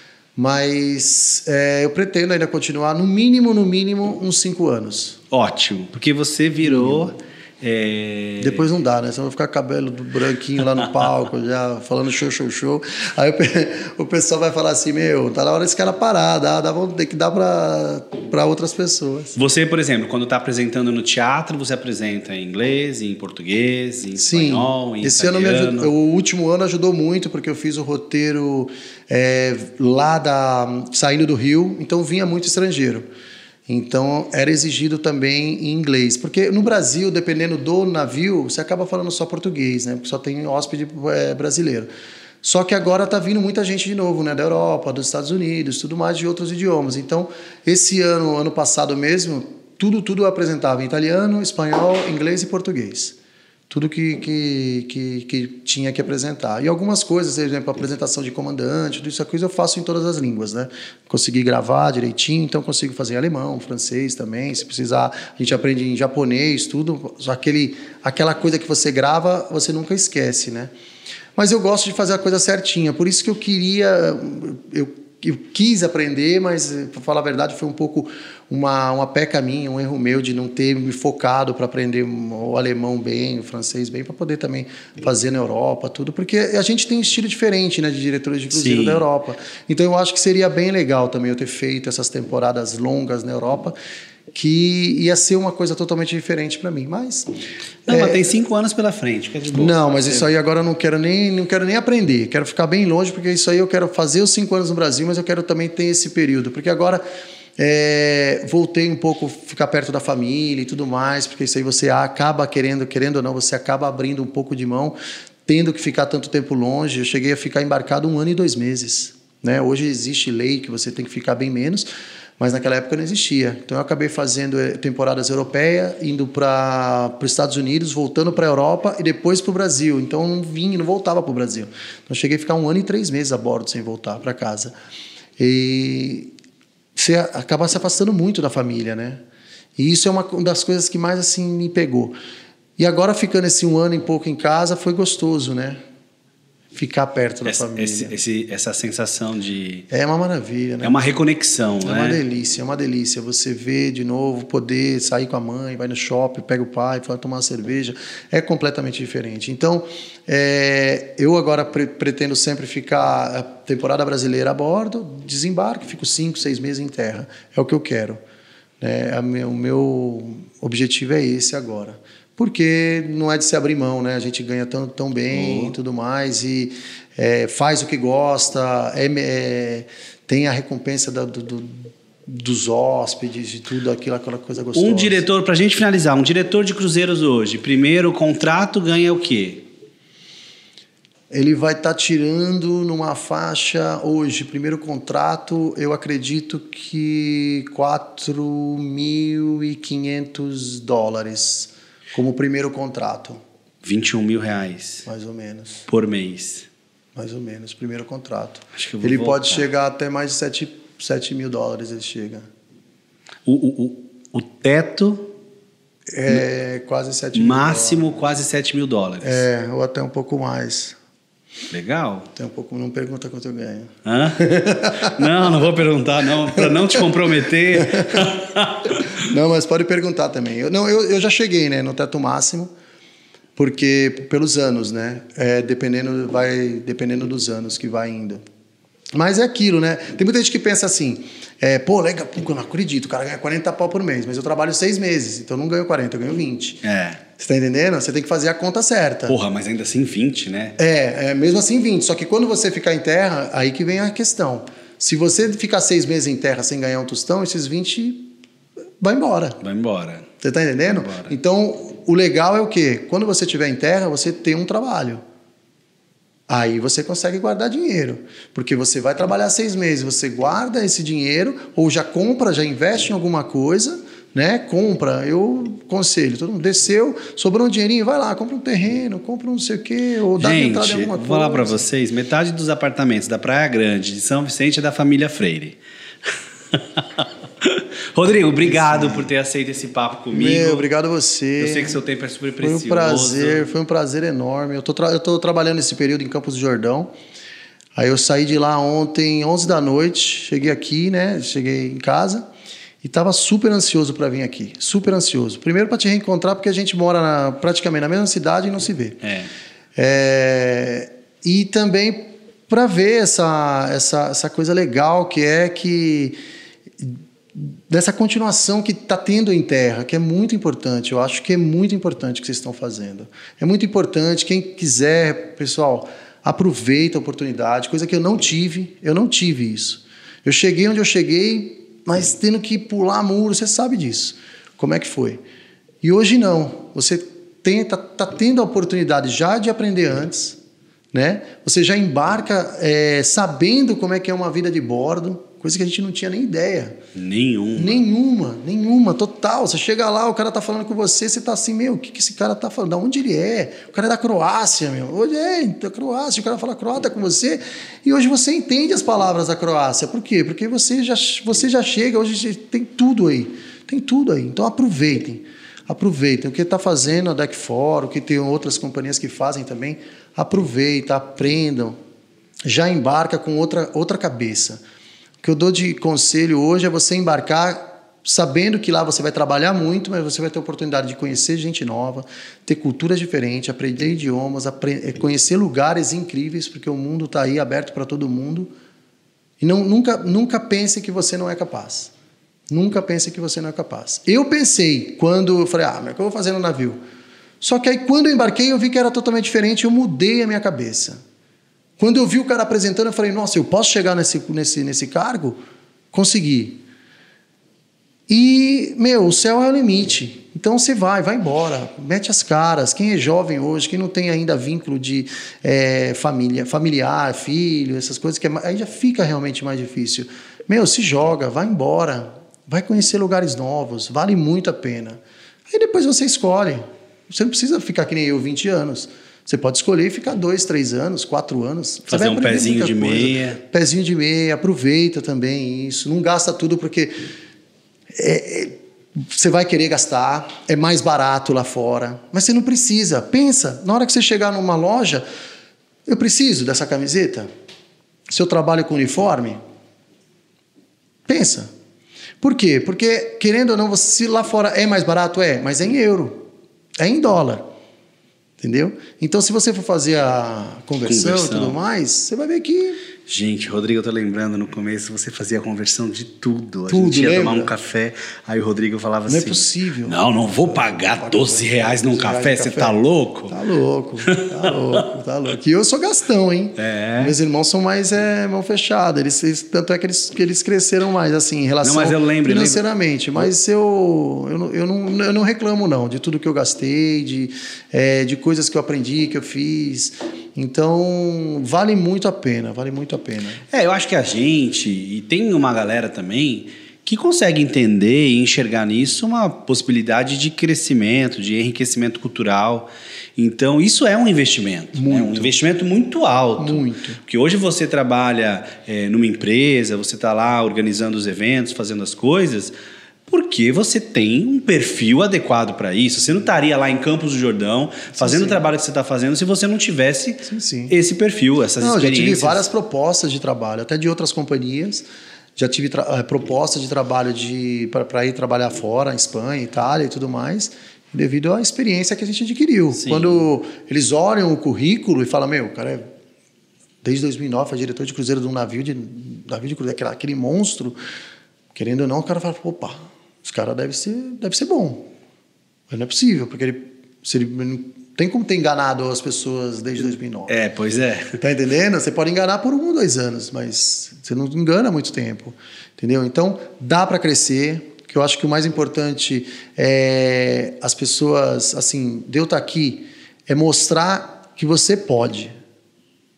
Mas é, eu pretendo ainda continuar, no mínimo, no mínimo, uns cinco anos. Ótimo, porque você virou... É... Depois não dá, né? Você vai ficar cabelo branquinho lá no palco, já falando show, show, show. Aí o pessoal vai falar assim, meu, tá na hora desse cara parar, dá, dá, tem que dar para outras pessoas. Você, por exemplo, quando está apresentando no teatro, você apresenta em inglês, em português, em Sim, espanhol, em esse italiano? Ano me ajudou, o último ano ajudou muito, porque eu fiz o roteiro é, lá da, saindo do Rio, então vinha muito estrangeiro. Então, era exigido também em inglês. Porque no Brasil, dependendo do navio, você acaba falando só português, né? Porque só tem hóspede é, brasileiro. Só que agora está vindo muita gente de novo, né? Da Europa, dos Estados Unidos, tudo mais de outros idiomas. Então, esse ano, ano passado mesmo, tudo, tudo eu apresentava em italiano, espanhol, inglês e português. Tudo que, que, que, que tinha que apresentar. E algumas coisas, por exemplo, a apresentação de comandante, tudo isso aqui eu faço em todas as línguas, né? Consegui gravar direitinho, então consigo fazer em alemão, francês também. Se precisar, a gente aprende em japonês, tudo. Só aquele, aquela coisa que você grava, você nunca esquece, né? Mas eu gosto de fazer a coisa certinha, por isso que eu queria... Eu, eu quis aprender, mas, para falar a verdade, foi um pouco uma, uma peca minha, um erro meu de não ter me focado para aprender o alemão bem, o francês bem, para poder também fazer na Europa, tudo, porque a gente tem um estilo diferente, né, de diretores de cruzeiro Sim. da Europa. Então, eu acho que seria bem legal também eu ter feito essas temporadas longas na Europa, que ia ser uma coisa totalmente diferente para mim, mas... Não, é... mas tem cinco anos pela frente, que é de boa. Não, mas isso aí agora eu não quero nem, não quero nem aprender, quero ficar bem longe, porque isso aí eu quero fazer os cinco anos no Brasil, mas eu quero também ter esse período, porque agora é, voltei um pouco, ficar perto da família e tudo mais, porque isso aí você acaba querendo, querendo ou não, você acaba abrindo um pouco de mão, tendo que ficar tanto tempo longe. Eu cheguei a ficar embarcado um ano e dois meses, né? Hoje existe lei que você tem que ficar bem menos, mas naquela época não existia. Então eu acabei fazendo temporadas europeias, indo para os Estados Unidos, voltando para a Europa e depois para o Brasil. Então eu não vim, não voltava para o Brasil. Então eu cheguei a ficar um ano e três meses a bordo sem voltar para casa. E você acaba se afastando muito da família, né? E isso é uma das coisas que mais assim me pegou. E agora ficando esse um ano e pouco em casa foi gostoso, né? Ficar perto da essa, família. Esse, esse, essa sensação de... É uma maravilha, né? É uma reconexão, é né? É uma delícia, é uma delícia. Você vê de novo, poder sair com a mãe, vai no shopping, pega o pai, vai tomar uma cerveja. É completamente diferente. Então, é, eu agora pre- pretendo sempre ficar a temporada brasileira a bordo, desembarque, fico cinco, seis meses em terra. É o que eu quero. É, a meu, o meu objetivo é esse agora. Porque não é de se abrir mão, né? A gente ganha tão, tão bem uhum. e tudo mais, e é, faz o que gosta, é, é, tem a recompensa da, do, do, dos hóspedes e tudo aquilo, aquela coisa gostosa. Um diretor, para a gente finalizar, um diretor de cruzeiros hoje, primeiro contrato ganha o quê? Ele vai estar tá tirando numa faixa hoje, primeiro contrato, eu acredito que quatro mil e quinhentos dólares. Como primeiro contrato. vinte e um mil reais. Mais ou menos. Por mês. Mais ou menos, primeiro contrato. Acho que eu vou ele voltar. Pode chegar até mais de sete mil dólares, ele chega. O, o, o, o teto... É quase sete mil máximo dólares. Quase sete mil dólares. É, ou até um pouco mais. Legal. Tem um pouco, não pergunta quanto eu ganho. Hã? Não, não vou perguntar, não, para não te comprometer. Não, mas pode perguntar também. Eu, não, eu, eu já cheguei, né, no teto máximo, porque pelos anos, né, é, dependendo, vai, dependendo dos anos que vai indo. Mas é aquilo, né? Tem muita gente que pensa assim, é, pô, legal, pô, eu não acredito, o cara ganha quarenta pau por mês, mas eu trabalho seis meses, então eu não ganho quarenta, eu ganho vinte. É. Você tá entendendo? Você tem que fazer a conta certa. Porra, mas ainda assim vinte, né? É, é, mesmo assim vinte. Só que quando você ficar em terra, aí que vem a questão. Se você ficar seis meses em terra sem ganhar um tostão, esses vinte vai embora. Vai embora. Você tá entendendo? Então, o legal é o quê? Quando você estiver em terra, você tem um trabalho. Aí você consegue guardar dinheiro, porque você vai trabalhar seis meses, você guarda esse dinheiro, ou já compra, já investe em alguma coisa, né? Compra, eu conselho, todo mundo desceu, sobrou um dinheirinho, vai lá, compra um terreno, compra um não sei o quê, ou dá Gente, entrada em alguma vou coisa. falar para vocês, metade dos apartamentos da Praia Grande de São Vicente é da família Freire. Rodrigo, obrigado Sim. por ter aceito esse papo comigo. Meu, obrigado a você. Eu sei que seu tempo é super precioso. Foi um prazer, foi um prazer enorme. Eu tô, tra- eu tô trabalhando nesse período em Campos do Jordão. Aí eu saí de lá ontem, onze da noite, cheguei aqui, né? Cheguei em casa e estava super ansioso para vir aqui. Super ansioso. Primeiro para te reencontrar, porque a gente mora na, praticamente na mesma cidade e não se vê. É. É, e também para ver essa, essa, essa coisa legal que é que... dessa continuação que está tendo em terra, que é muito importante. Eu acho que é muito importante o que vocês estão fazendo. É muito importante. Quem quiser, pessoal, aproveita a oportunidade, coisa que eu não tive. Eu não tive isso. Eu cheguei onde eu cheguei, mas tendo que pular muro, você sabe disso. Como é que foi? E hoje não. Você está tá tendo a oportunidade já de aprender antes, né? Você já embarca é, sabendo como é que é uma vida de bordo, coisa que a gente não tinha nem ideia. Nenhuma. Nenhuma, nenhuma, total. Você chega lá, o cara tá falando com você, você tá assim, meu, o que, que esse cara tá falando? Da onde ele é? O cara é da Croácia, meu. Hoje é da Croácia, o cara fala croata com você, e hoje você entende as palavras da Croácia. Por quê? Porque você já, você já chega, hoje tem tudo aí. Tem tudo aí. Então aproveitem. Aproveitem. O que está fazendo a Deck For, o que tem outras companhias que fazem também, aproveita, aprendam. Já embarca com outra, outra cabeça. O que eu dou de conselho hoje é você embarcar sabendo que lá você vai trabalhar muito, mas você vai ter a oportunidade de conhecer gente nova, ter culturas diferentes, aprender idiomas, aprender, conhecer lugares incríveis, porque o mundo está aí aberto para todo mundo. E não, nunca, nunca pense que você não é capaz. Nunca pense que você não é capaz. Eu pensei, quando eu falei, ah, mas o que eu vou fazer no navio? Só que aí, quando eu embarquei, eu vi que era totalmente diferente, eu mudei a minha cabeça. Quando eu vi o cara apresentando, eu falei, nossa, eu posso chegar nesse, nesse, nesse cargo? Consegui. E, meu, o céu é o limite. Então você vai, vai embora, mete as caras. Quem é jovem hoje, quem não tem ainda vínculo de é, família, familiar, filho, essas coisas, que é, aí já fica realmente mais difícil. Meu, se joga, vai embora, vai conhecer lugares novos, vale muito a pena. Aí depois você escolhe. Você não precisa ficar que nem eu, vinte anos. Você pode escolher e ficar dois, três anos, quatro anos. Fazer você vai um pezinho de coisa. meia. Pezinho de meia, aproveita também isso. Não gasta tudo porque é, é, você vai querer gastar, é mais barato lá fora. Mas você não precisa. Pensa, na hora que você chegar numa loja, eu preciso dessa camiseta? Se eu trabalho com uniforme? Pensa. Por quê? Porque, querendo ou não, se lá fora é mais barato, é, mas é em euro, é em dólar. Entendeu? Então, se você for fazer a conversão, conversão e tudo mais, você vai ver que... Gente, Rodrigo, eu tô lembrando, no começo você fazia a conversão de tudo. A tudo, gente ia lembra? tomar um café, aí o Rodrigo falava assim... Não é possível. Não, não vou pagar doze reais num café, você tá louco? Tá louco, tá louco, tá louco. E eu sou gastão, hein? É. Meus irmãos são mais é, mão fechada. Eles, eles, tanto é que eles, que eles cresceram mais, assim, em relação não, mas eu lembro, financeiramente. lembro. Mas eu, eu, não, eu, não, eu não reclamo, não, de tudo que eu gastei, de, é, de coisas que eu aprendi, que eu fiz... Então, vale muito a pena, vale muito a pena. É, eu acho que a gente, e tem uma galera também, que consegue entender e enxergar nisso uma possibilidade de crescimento, de enriquecimento cultural. Então, isso é um investimento. Muito. Né? Um investimento muito alto. Muito. Porque hoje você trabalha é, numa empresa, você está lá organizando os eventos, fazendo as coisas... Porque você tem um perfil adequado para isso. Você não estaria lá em Campos do Jordão fazendo sim, sim. o trabalho que você está fazendo se você não tivesse sim, sim. esse perfil, essas não, experiências. Eu já tive várias propostas de trabalho, até de outras companhias. Já tive tra- propostas de trabalho para ir trabalhar fora, em Espanha, Itália e tudo mais, devido à experiência que a gente adquiriu. Sim. Quando eles olham o currículo e falam, meu, o cara é, desde dois mil e nove foi diretor de cruzeiro de um navio de, navio de cruzeiro, aquele, aquele monstro, querendo ou não, o cara fala, opa... Esse cara deve ser, deve ser bom. Mas não é possível, porque ele, se ele não tem como ter enganado as pessoas desde dois mil e nove. É, pois é. Tá entendendo? Você pode enganar por um ou dois anos, mas você não engana há muito tempo. Entendeu? Então, dá para crescer, que eu acho que o mais importante é as pessoas, assim, de eu estar aqui, é mostrar que você pode.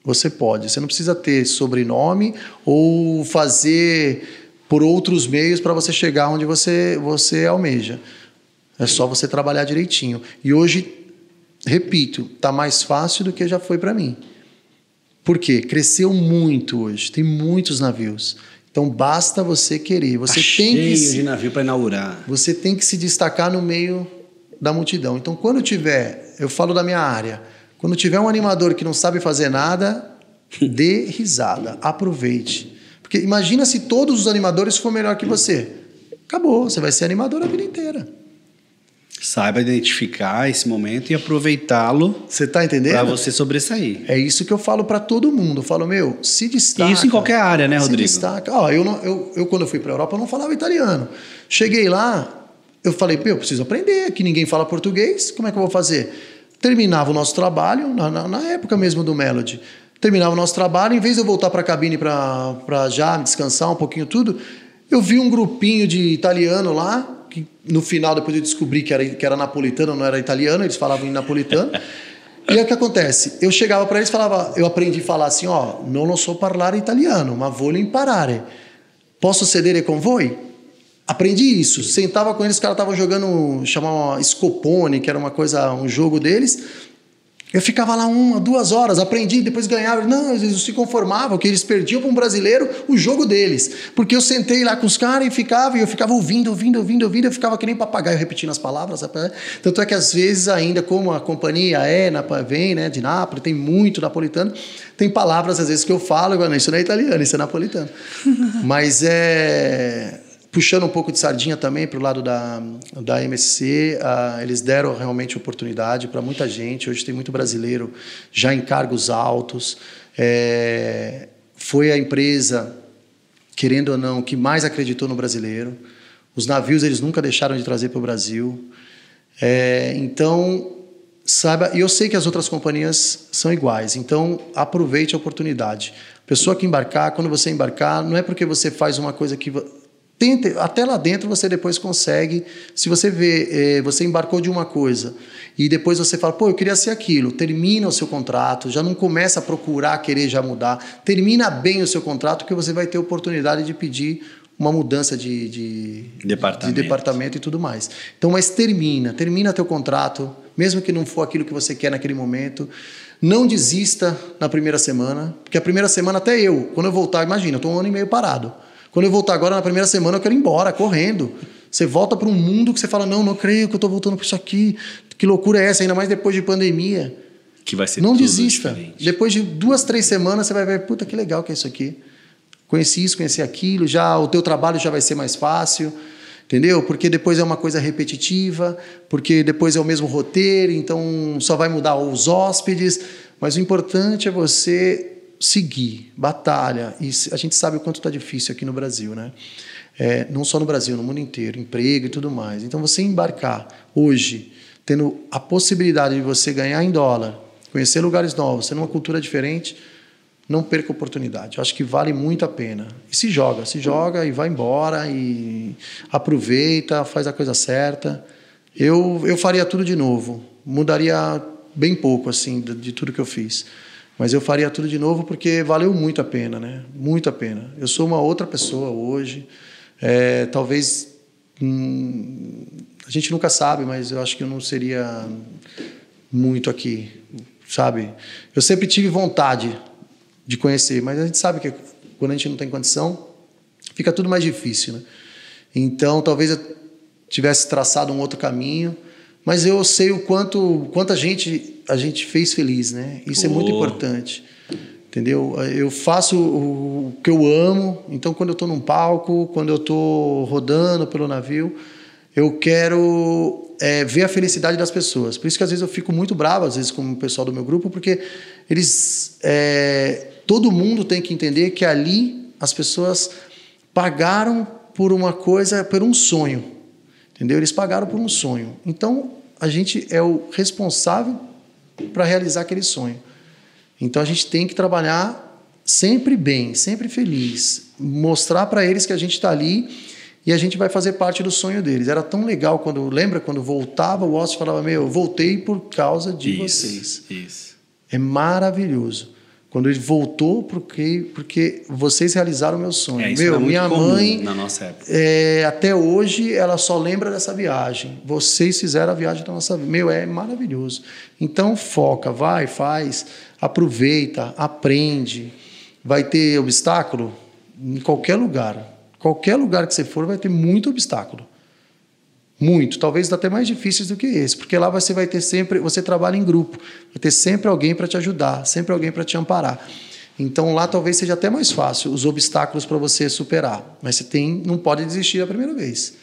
Você pode. Você não precisa ter sobrenome ou fazer por outros meios para você chegar onde você, você almeja. É só você trabalhar direitinho. E hoje, repito, está mais fácil do que já foi para mim. Por quê? Cresceu muito hoje. Tem muitos navios. Então, basta você querer. Você tá tem cheio que se, de navio para inaugurar. Você tem que se destacar no meio da multidão. Então, quando tiver... Eu falo da minha área. Quando tiver um animador que não sabe fazer nada, dê risada. Aproveite. Porque imagina se todos os animadores for melhor que você. Acabou. Você vai ser animador a vida inteira. Saiba identificar esse momento e aproveitá-lo. Você está entendendo? Para você sobressair. É isso que eu falo para todo mundo. Eu falo, meu, se destaca. E isso em qualquer área, né, Rodrigo? Se destaca. Ó, eu, não, eu, eu, quando eu fui para a Europa, eu não falava italiano. Cheguei lá, eu falei, meu, eu preciso aprender. Aqui ninguém fala português. Como é que eu vou fazer? Terminava o nosso trabalho, na, na, na época mesmo do Melody. Terminava o nosso trabalho, em vez de eu voltar para a cabine para já descansar um pouquinho tudo, eu vi um grupinho de italiano lá, que no final depois eu descobri que era, que era napolitano, não era italiano, eles falavam em napolitano. E aí o que acontece? Eu chegava para eles e falava, eu aprendi a falar assim, ó, non lo so parlare italiano, ma voglio imparare. Posso sedere con voi? Aprendi isso. Sentava com eles, os caras estavam jogando, chamavam Scopone, que era uma coisa, um jogo deles. Eu ficava lá uma, duas horas, aprendi, depois ganhava. Não, eles se conformavam, que eles perdiam para um brasileiro o jogo deles. Porque eu sentei lá com os caras e ficava, e eu ficava ouvindo, ouvindo, ouvindo, ouvindo, eu ficava que nem papagaio repetindo as palavras. Sabe? Tanto é que às vezes ainda, como a companhia é, vem, né, de Nápoles, tem muito napolitano, tem palavras às vezes que eu falo, eu, não, isso não é italiano, isso é napolitano. Mas é... Puxando um pouco de sardinha também para o lado da, da M S C, uh, eles deram realmente oportunidade para muita gente. Hoje tem muito brasileiro já em cargos altos. É, foi a empresa, querendo ou não, que mais acreditou no brasileiro. Os navios eles nunca deixaram de trazer para o Brasil. É, então, saiba, e eu sei que as outras companhias são iguais. Então, aproveite a oportunidade. Pessoa que embarcar, quando você embarcar, não é porque você faz uma coisa que... Tente, até lá dentro você depois consegue, se você vê, é, você embarcou de uma coisa e depois você fala, pô, eu queria ser aquilo, termina o seu contrato, já não começa a procurar querer já mudar, termina bem o seu contrato que você vai ter oportunidade de pedir uma mudança de, de, departamento. de departamento e tudo mais. Então, mas termina, termina teu contrato, mesmo que não for aquilo que você quer naquele momento, não desista na primeira semana, porque a primeira semana até eu, quando eu voltar, imagina, eu estou um ano e meio parado. Quando eu voltar agora, na primeira semana, eu quero ir embora, correndo. Você volta para um mundo que você fala, não, não creio que eu estou voltando para isso aqui. Que loucura é essa? Ainda mais depois de pandemia. Que vai ser não tudo desista. Diferente. Depois de duas, três semanas, você vai ver, puta, que legal que é isso aqui. Conheci isso, conheci aquilo. Já, o teu trabalho já vai ser mais fácil. Entendeu? Porque depois é uma coisa repetitiva. Porque depois é o mesmo roteiro. Então, só vai mudar os hóspedes. Mas o importante é você... seguir, batalha, e a gente sabe o quanto está difícil aqui no Brasil, né? É, não só no Brasil, no mundo inteiro, emprego e tudo mais. Então, você embarcar hoje, tendo a possibilidade de você ganhar em dólar, conhecer lugares novos, tendo uma cultura diferente, não perca a oportunidade. Eu acho que vale muito a pena. E se joga, se joga e vai embora, e aproveita, faz a coisa certa. Eu, eu faria tudo de novo, mudaria bem pouco, assim, de, de tudo que eu fiz. Mas eu faria tudo de novo porque valeu muito a pena, né? Muito a pena. Eu sou uma outra pessoa hoje. É, talvez... Hum, a gente nunca sabe, mas eu acho que eu não seria muito aqui, sabe? Eu sempre tive vontade de conhecer, mas a gente sabe que quando a gente não tem condição, fica tudo mais difícil, né? Então, talvez eu tivesse traçado um outro caminho, mas eu sei o quanto quanta gente a gente fez feliz, né? Isso oh. é muito importante, entendeu? Eu faço o que eu amo, então quando eu estou num palco, quando eu estou rodando pelo navio, eu quero é, ver a felicidade das pessoas. Por isso que às vezes eu fico muito bravo, às vezes, com o pessoal do meu grupo, porque eles, é, todo mundo tem que entender que ali as pessoas pagaram por uma coisa, por um sonho. Entendeu? Eles pagaram por um sonho. Então, a gente é o responsável para realizar aquele sonho. Então, a gente tem que trabalhar sempre bem, sempre feliz. Mostrar para eles que a gente está ali e a gente vai fazer parte do sonho deles. Era tão legal quando... Lembra quando voltava, o hóspede falava, meu, eu voltei por causa de isso, vocês. Isso. É maravilhoso. Quando ele voltou, porque, porque vocês realizaram o meu sonho. É, isso meu, era muito minha comum mãe, na nossa época. É, até hoje, ela só lembra dessa viagem. Vocês fizeram a viagem da nossa vida. Meu, é maravilhoso. Então, foca, vai, faz, aproveita, aprende. Vai ter obstáculo? Em qualquer lugar. Qualquer lugar que você for, vai ter muito obstáculo. Muito, talvez até mais difíceis do que esse, porque lá você vai ter sempre, você trabalha em grupo, vai ter sempre alguém para te ajudar, sempre alguém para te amparar. Então lá talvez seja até mais fácil os obstáculos para você superar, mas você tem, não pode desistir a primeira vez.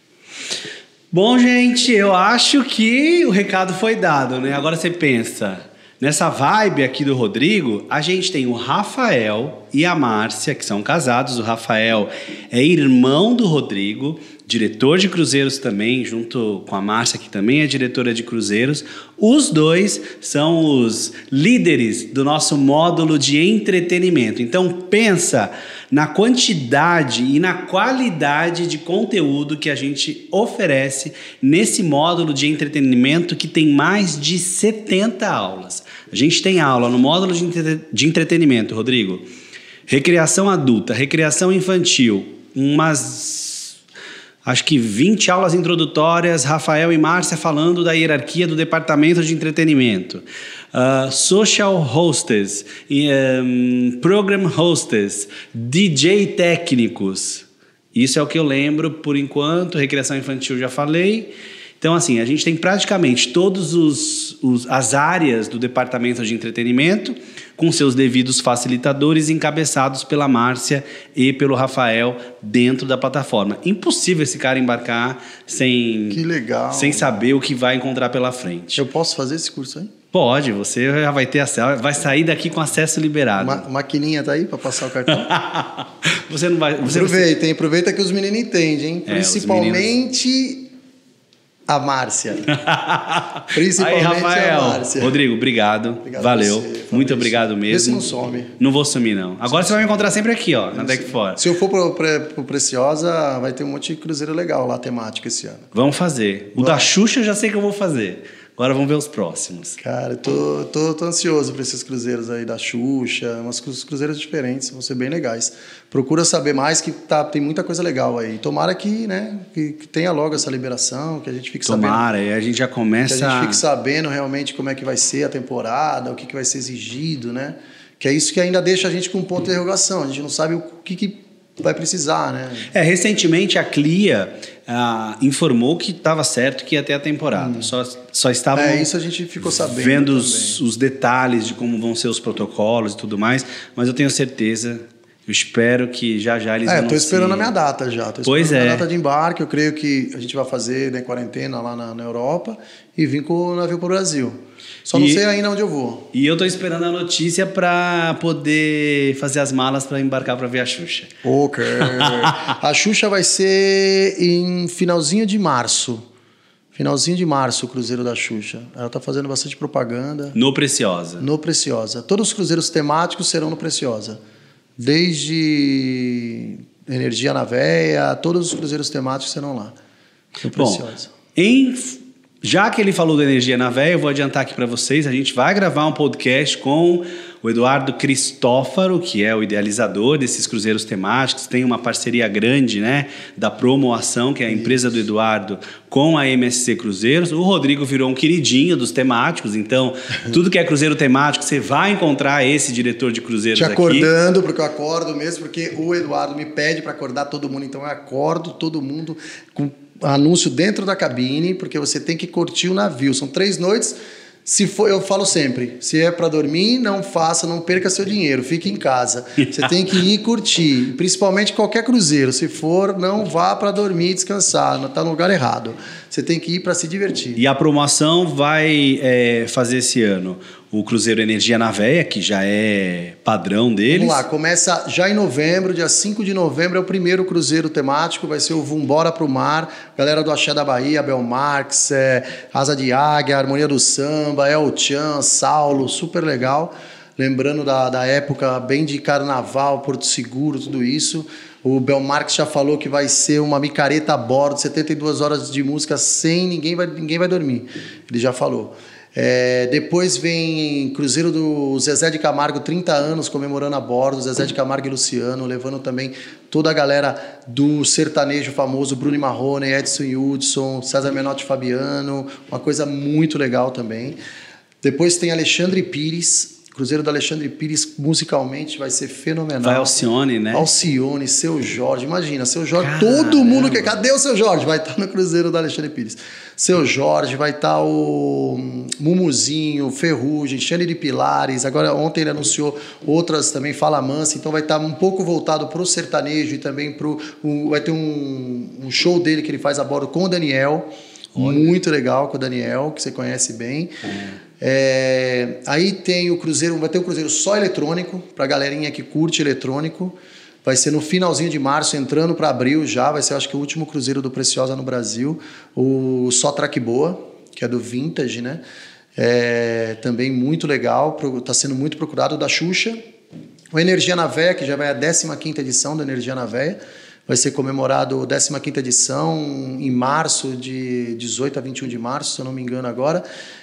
Bom, gente, eu acho que o recado foi dado, né? Agora você pensa, nessa vibe aqui do Rodrigo, a gente tem o Rafael e a Márcia, que são casados. O Rafael é irmão do Rodrigo, diretor de cruzeiros também, junto com a Márcia, que também é diretora de cruzeiros. Os dois são os líderes do nosso módulo de entretenimento. Então, pensa na quantidade e na qualidade de conteúdo que a gente oferece nesse módulo de entretenimento, que tem mais de setenta aulas. A gente tem aula no módulo de, entre... de entretenimento, Rodrigo, recreação adulta, recreação infantil, umas... acho que vinte aulas introdutórias, Rafael e Márcia falando da hierarquia do departamento de entretenimento. Uh, social hostess, um, program hostess, D J técnicos. Isso é o que eu lembro por enquanto. Recreação infantil já falei. Então, assim, a gente tem praticamente todas os, os, as áreas do departamento de entretenimento com seus devidos facilitadores encabeçados pela Márcia e pelo Rafael dentro da plataforma. Impossível esse cara embarcar sem, que legal, sem saber o que vai encontrar pela frente. Eu posso fazer esse curso aí? Pode, você já vai ter acesso, vai sair daqui com acesso liberado. Ma maquininha tá aí para passar o cartão? Você não vai... Você aproveita, hein? Aproveita que os meninos entendem, hein? É, principalmente... Meninos... a Márcia. Principalmente aí, Rafael, a Márcia. Rodrigo, obrigado. obrigado Valeu. você, muito obrigado mesmo. Vê se não some. Não vou sumir, não. Agora você vai me encontrar sempre aqui, ó, na Deck Fora. Se eu for pro, pro, pro Preciosa, vai ter um monte de cruzeiro legal lá, temático esse ano. Vamos fazer. O Vamos. da Xuxa eu já sei que eu vou fazer. Agora vamos ver os próximos. Cara, eu tô, tô, tô ansioso para esses cruzeiros aí da Xuxa, umas cruzeiros diferentes, vão ser bem legais. Procura saber mais, que tá, tem muita coisa legal aí. Tomara que, né, que, que tenha logo essa liberação, que a gente fique Tomara, sabendo. Tomara, e a gente já começa... Que a gente fique sabendo realmente como é que vai ser a temporada, o que, que vai ser exigido, né? Que é isso que ainda deixa a gente com um ponto de interrogação. A gente não sabe o que, que vai precisar, né? É, recentemente a Clia ah, informou que estava certo que ia ter a temporada. Hum. Só, só estavam é, isso a gente ficou sabendo vendo os, os detalhes de como vão ser os protocolos e tudo mais, mas eu tenho certeza, eu espero que já já eles é, vão... Estou esperando a minha data já. Tô pois é. a data de embarque, eu creio que a gente vai fazer né, quarentena lá na, na Europa e vir com o navio para o Brasil. Só e, não sei ainda onde eu vou. E eu estou esperando a notícia para poder fazer as malas para embarcar para ver a Xuxa. Ok. A Xuxa vai ser em finalzinho de março. Finalzinho de março o cruzeiro da Xuxa. Ela está fazendo bastante propaganda. No Preciosa. No Preciosa. Todos os cruzeiros temáticos serão no Preciosa. Desde Energia na Veia, todos os cruzeiros temáticos serão lá. No Preciosa. Bom, em... já que ele falou da Energia na Veia, eu vou adiantar aqui para vocês, a gente vai gravar um podcast com o Eduardo Cristófaro, que é o idealizador desses cruzeiros temáticos, tem uma parceria grande, né, da Promoação, que é a empresa do Eduardo, com a M S C Cruzeiros. O Rodrigo virou um queridinho dos temáticos, então tudo que é cruzeiro temático, você vai encontrar esse diretor de cruzeiros aqui. Te acordando, porque eu acordo mesmo, porque o Eduardo me pede para acordar todo mundo, então eu acordo todo mundo com anúncio dentro da cabine, porque você tem que curtir o navio. São três noites. Se for, eu falo sempre, se é para dormir, não faça, não perca seu dinheiro, fique em casa. Você tem que ir curtir, principalmente qualquer cruzeiro. Se for, não vá para dormir e descansar, não está no lugar errado. Você tem que ir para se divertir. E a Promoação vai é, fazer esse ano o Cruzeiro Energia na Veia, que já é padrão deles. Vamos lá, começa já em novembro, dia cinco de novembro é o primeiro cruzeiro temático, vai ser o Vumbora pro Mar, galera do Axé da Bahia, Bel Marx, é, Asa de Águia, Harmonia do Samba, El Chan, Saulo, super legal. Lembrando da, da época bem de carnaval, Porto Seguro, tudo isso. O Bel Marx já falou que vai ser uma micareta a bordo, setenta e duas horas de música sem ninguém vai, ninguém vai dormir. Ele já falou. É, depois vem Cruzeiro do Zezé de Camargo, trinta anos, comemorando a bordo, Zezé de Camargo e Luciano, levando também toda a galera do sertanejo famoso, Bruno Marrone, Edson Hudson, César Menotti Fabiano, uma coisa muito legal também. Depois tem Alexandre Pires, Cruzeiro do Alexandre Pires, musicalmente vai ser fenomenal. Vai Alcione, né? Alcione, Seu Jorge, imagina, Seu Jorge, Caramba. todo mundo quer. Cadê o Seu Jorge? Vai estar no Cruzeiro do Alexandre Pires. Seu Jorge, vai estar o Mumuzinho, Ferrugem, Xane de Pilares. Agora, ontem ele anunciou outras também, Fala Mansa, então vai estar um pouco voltado para o sertanejo e também para o. Vai ter um, um show dele que ele faz a bordo com o Daniel. Olha. Muito legal com o Daniel, que você conhece bem. É. É, aí tem o Cruzeiro, vai ter um Cruzeiro só eletrônico, para a galerinha que curte eletrônico. Vai ser no finalzinho de março, entrando para abril já. Vai ser, acho que, o último Cruzeiro do Preciosa no Brasil. O Só Track Boa, que é do Vintage, né? É, também muito legal, está sendo muito procurado, da Xuxa. O Energia na Véia, que já vai a décima quinta edição do Energia na Véia. Vai ser comemorado a décima quinta edição em março, de dezoito a vinte e um de março, se eu não me engano agora.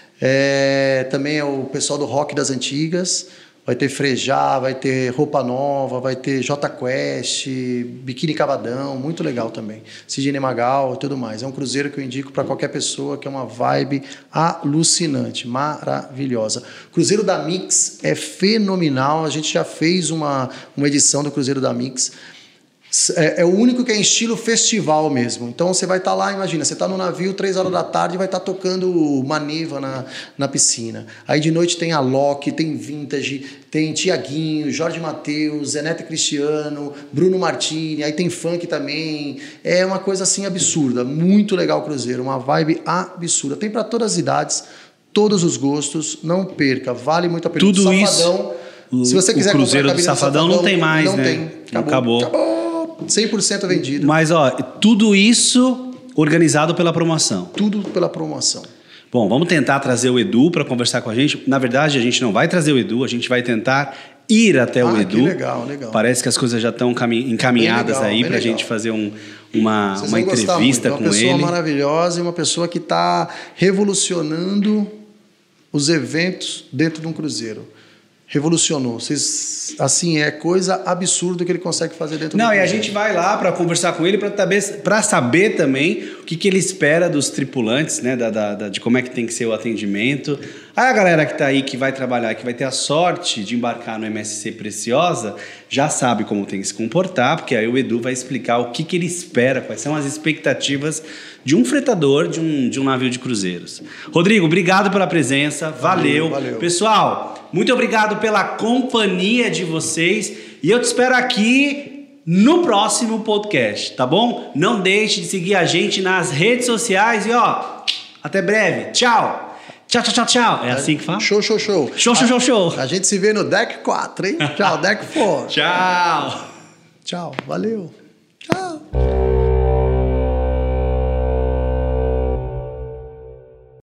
É, também é o pessoal do Rock das Antigas. Vai ter Frejá, vai ter Roupa Nova, vai ter J Quest, Biquíni Cavadão, muito legal também. Sidney Magal e tudo mais. É um cruzeiro que eu indico para qualquer pessoa, que é uma vibe alucinante, maravilhosa. O Cruzeiro da Mix é fenomenal. A gente já fez uma, uma edição do Cruzeiro da Mix. É, é o único que é em estilo festival mesmo. Então você vai estar tá lá, imagina, você está no navio, três horas da tarde, vai estar tá tocando Maneva na, na piscina. Aí de noite tem a Loki, tem Vintage, tem Tiaguinho, Jorge Mateus, Zeneto Cristiano, Bruno Martini, aí tem funk também. É uma coisa assim absurda, muito legal o Cruzeiro, uma vibe absurda. Tem para todas as idades, todos os gostos, não perca, vale muito a pena. Tudo Safadão, isso, se você quiser o Cruzeiro comprar a do Safadão, Safadão, não tem mais, não né? Tem. Acabou. Acabou. Acabou. cem por cento vendido. Mas, ó, tudo isso organizado pela promoção. Tudo pela promoção. Bom, vamos tentar trazer o Edu para conversar com a gente. Na verdade, a gente não vai trazer o Edu, a gente vai tentar ir até ah, o Edu. Que legal, legal. Parece que as coisas já estão encaminhadas legal, aí para a gente fazer um, uma, uma entrevista com ele. Uma pessoa maravilhosa e uma pessoa que está revolucionando os eventos dentro de um cruzeiro. Revolucionou. Vocês, assim, é coisa absurda que ele consegue fazer dentro Não, do e a gente vai lá para conversar com ele, para saber também o que, que ele espera dos tripulantes, né? Da, da, da, de como é que tem que ser o atendimento. Aí a galera que está aí, que vai trabalhar, que vai ter a sorte de embarcar no M S C Preciosa, já sabe como tem que se comportar, porque aí o Edu vai explicar o que, que ele espera, quais são as expectativas de um fretador de um, de um navio de cruzeiros. Rodrigo, obrigado pela presença, valeu. Valeu, valeu. Pessoal, muito obrigado pela companhia de vocês e eu te espero aqui no próximo podcast, tá bom? Não deixe de seguir a gente nas redes sociais e ó, até breve, tchau! Tchau, tchau, tchau, tchau. É assim que fala? Show, show, show. Show, show, show, show. A gente se vê no deck quatro, hein? Tchau, deck quatro. Tchau. Tchau, valeu.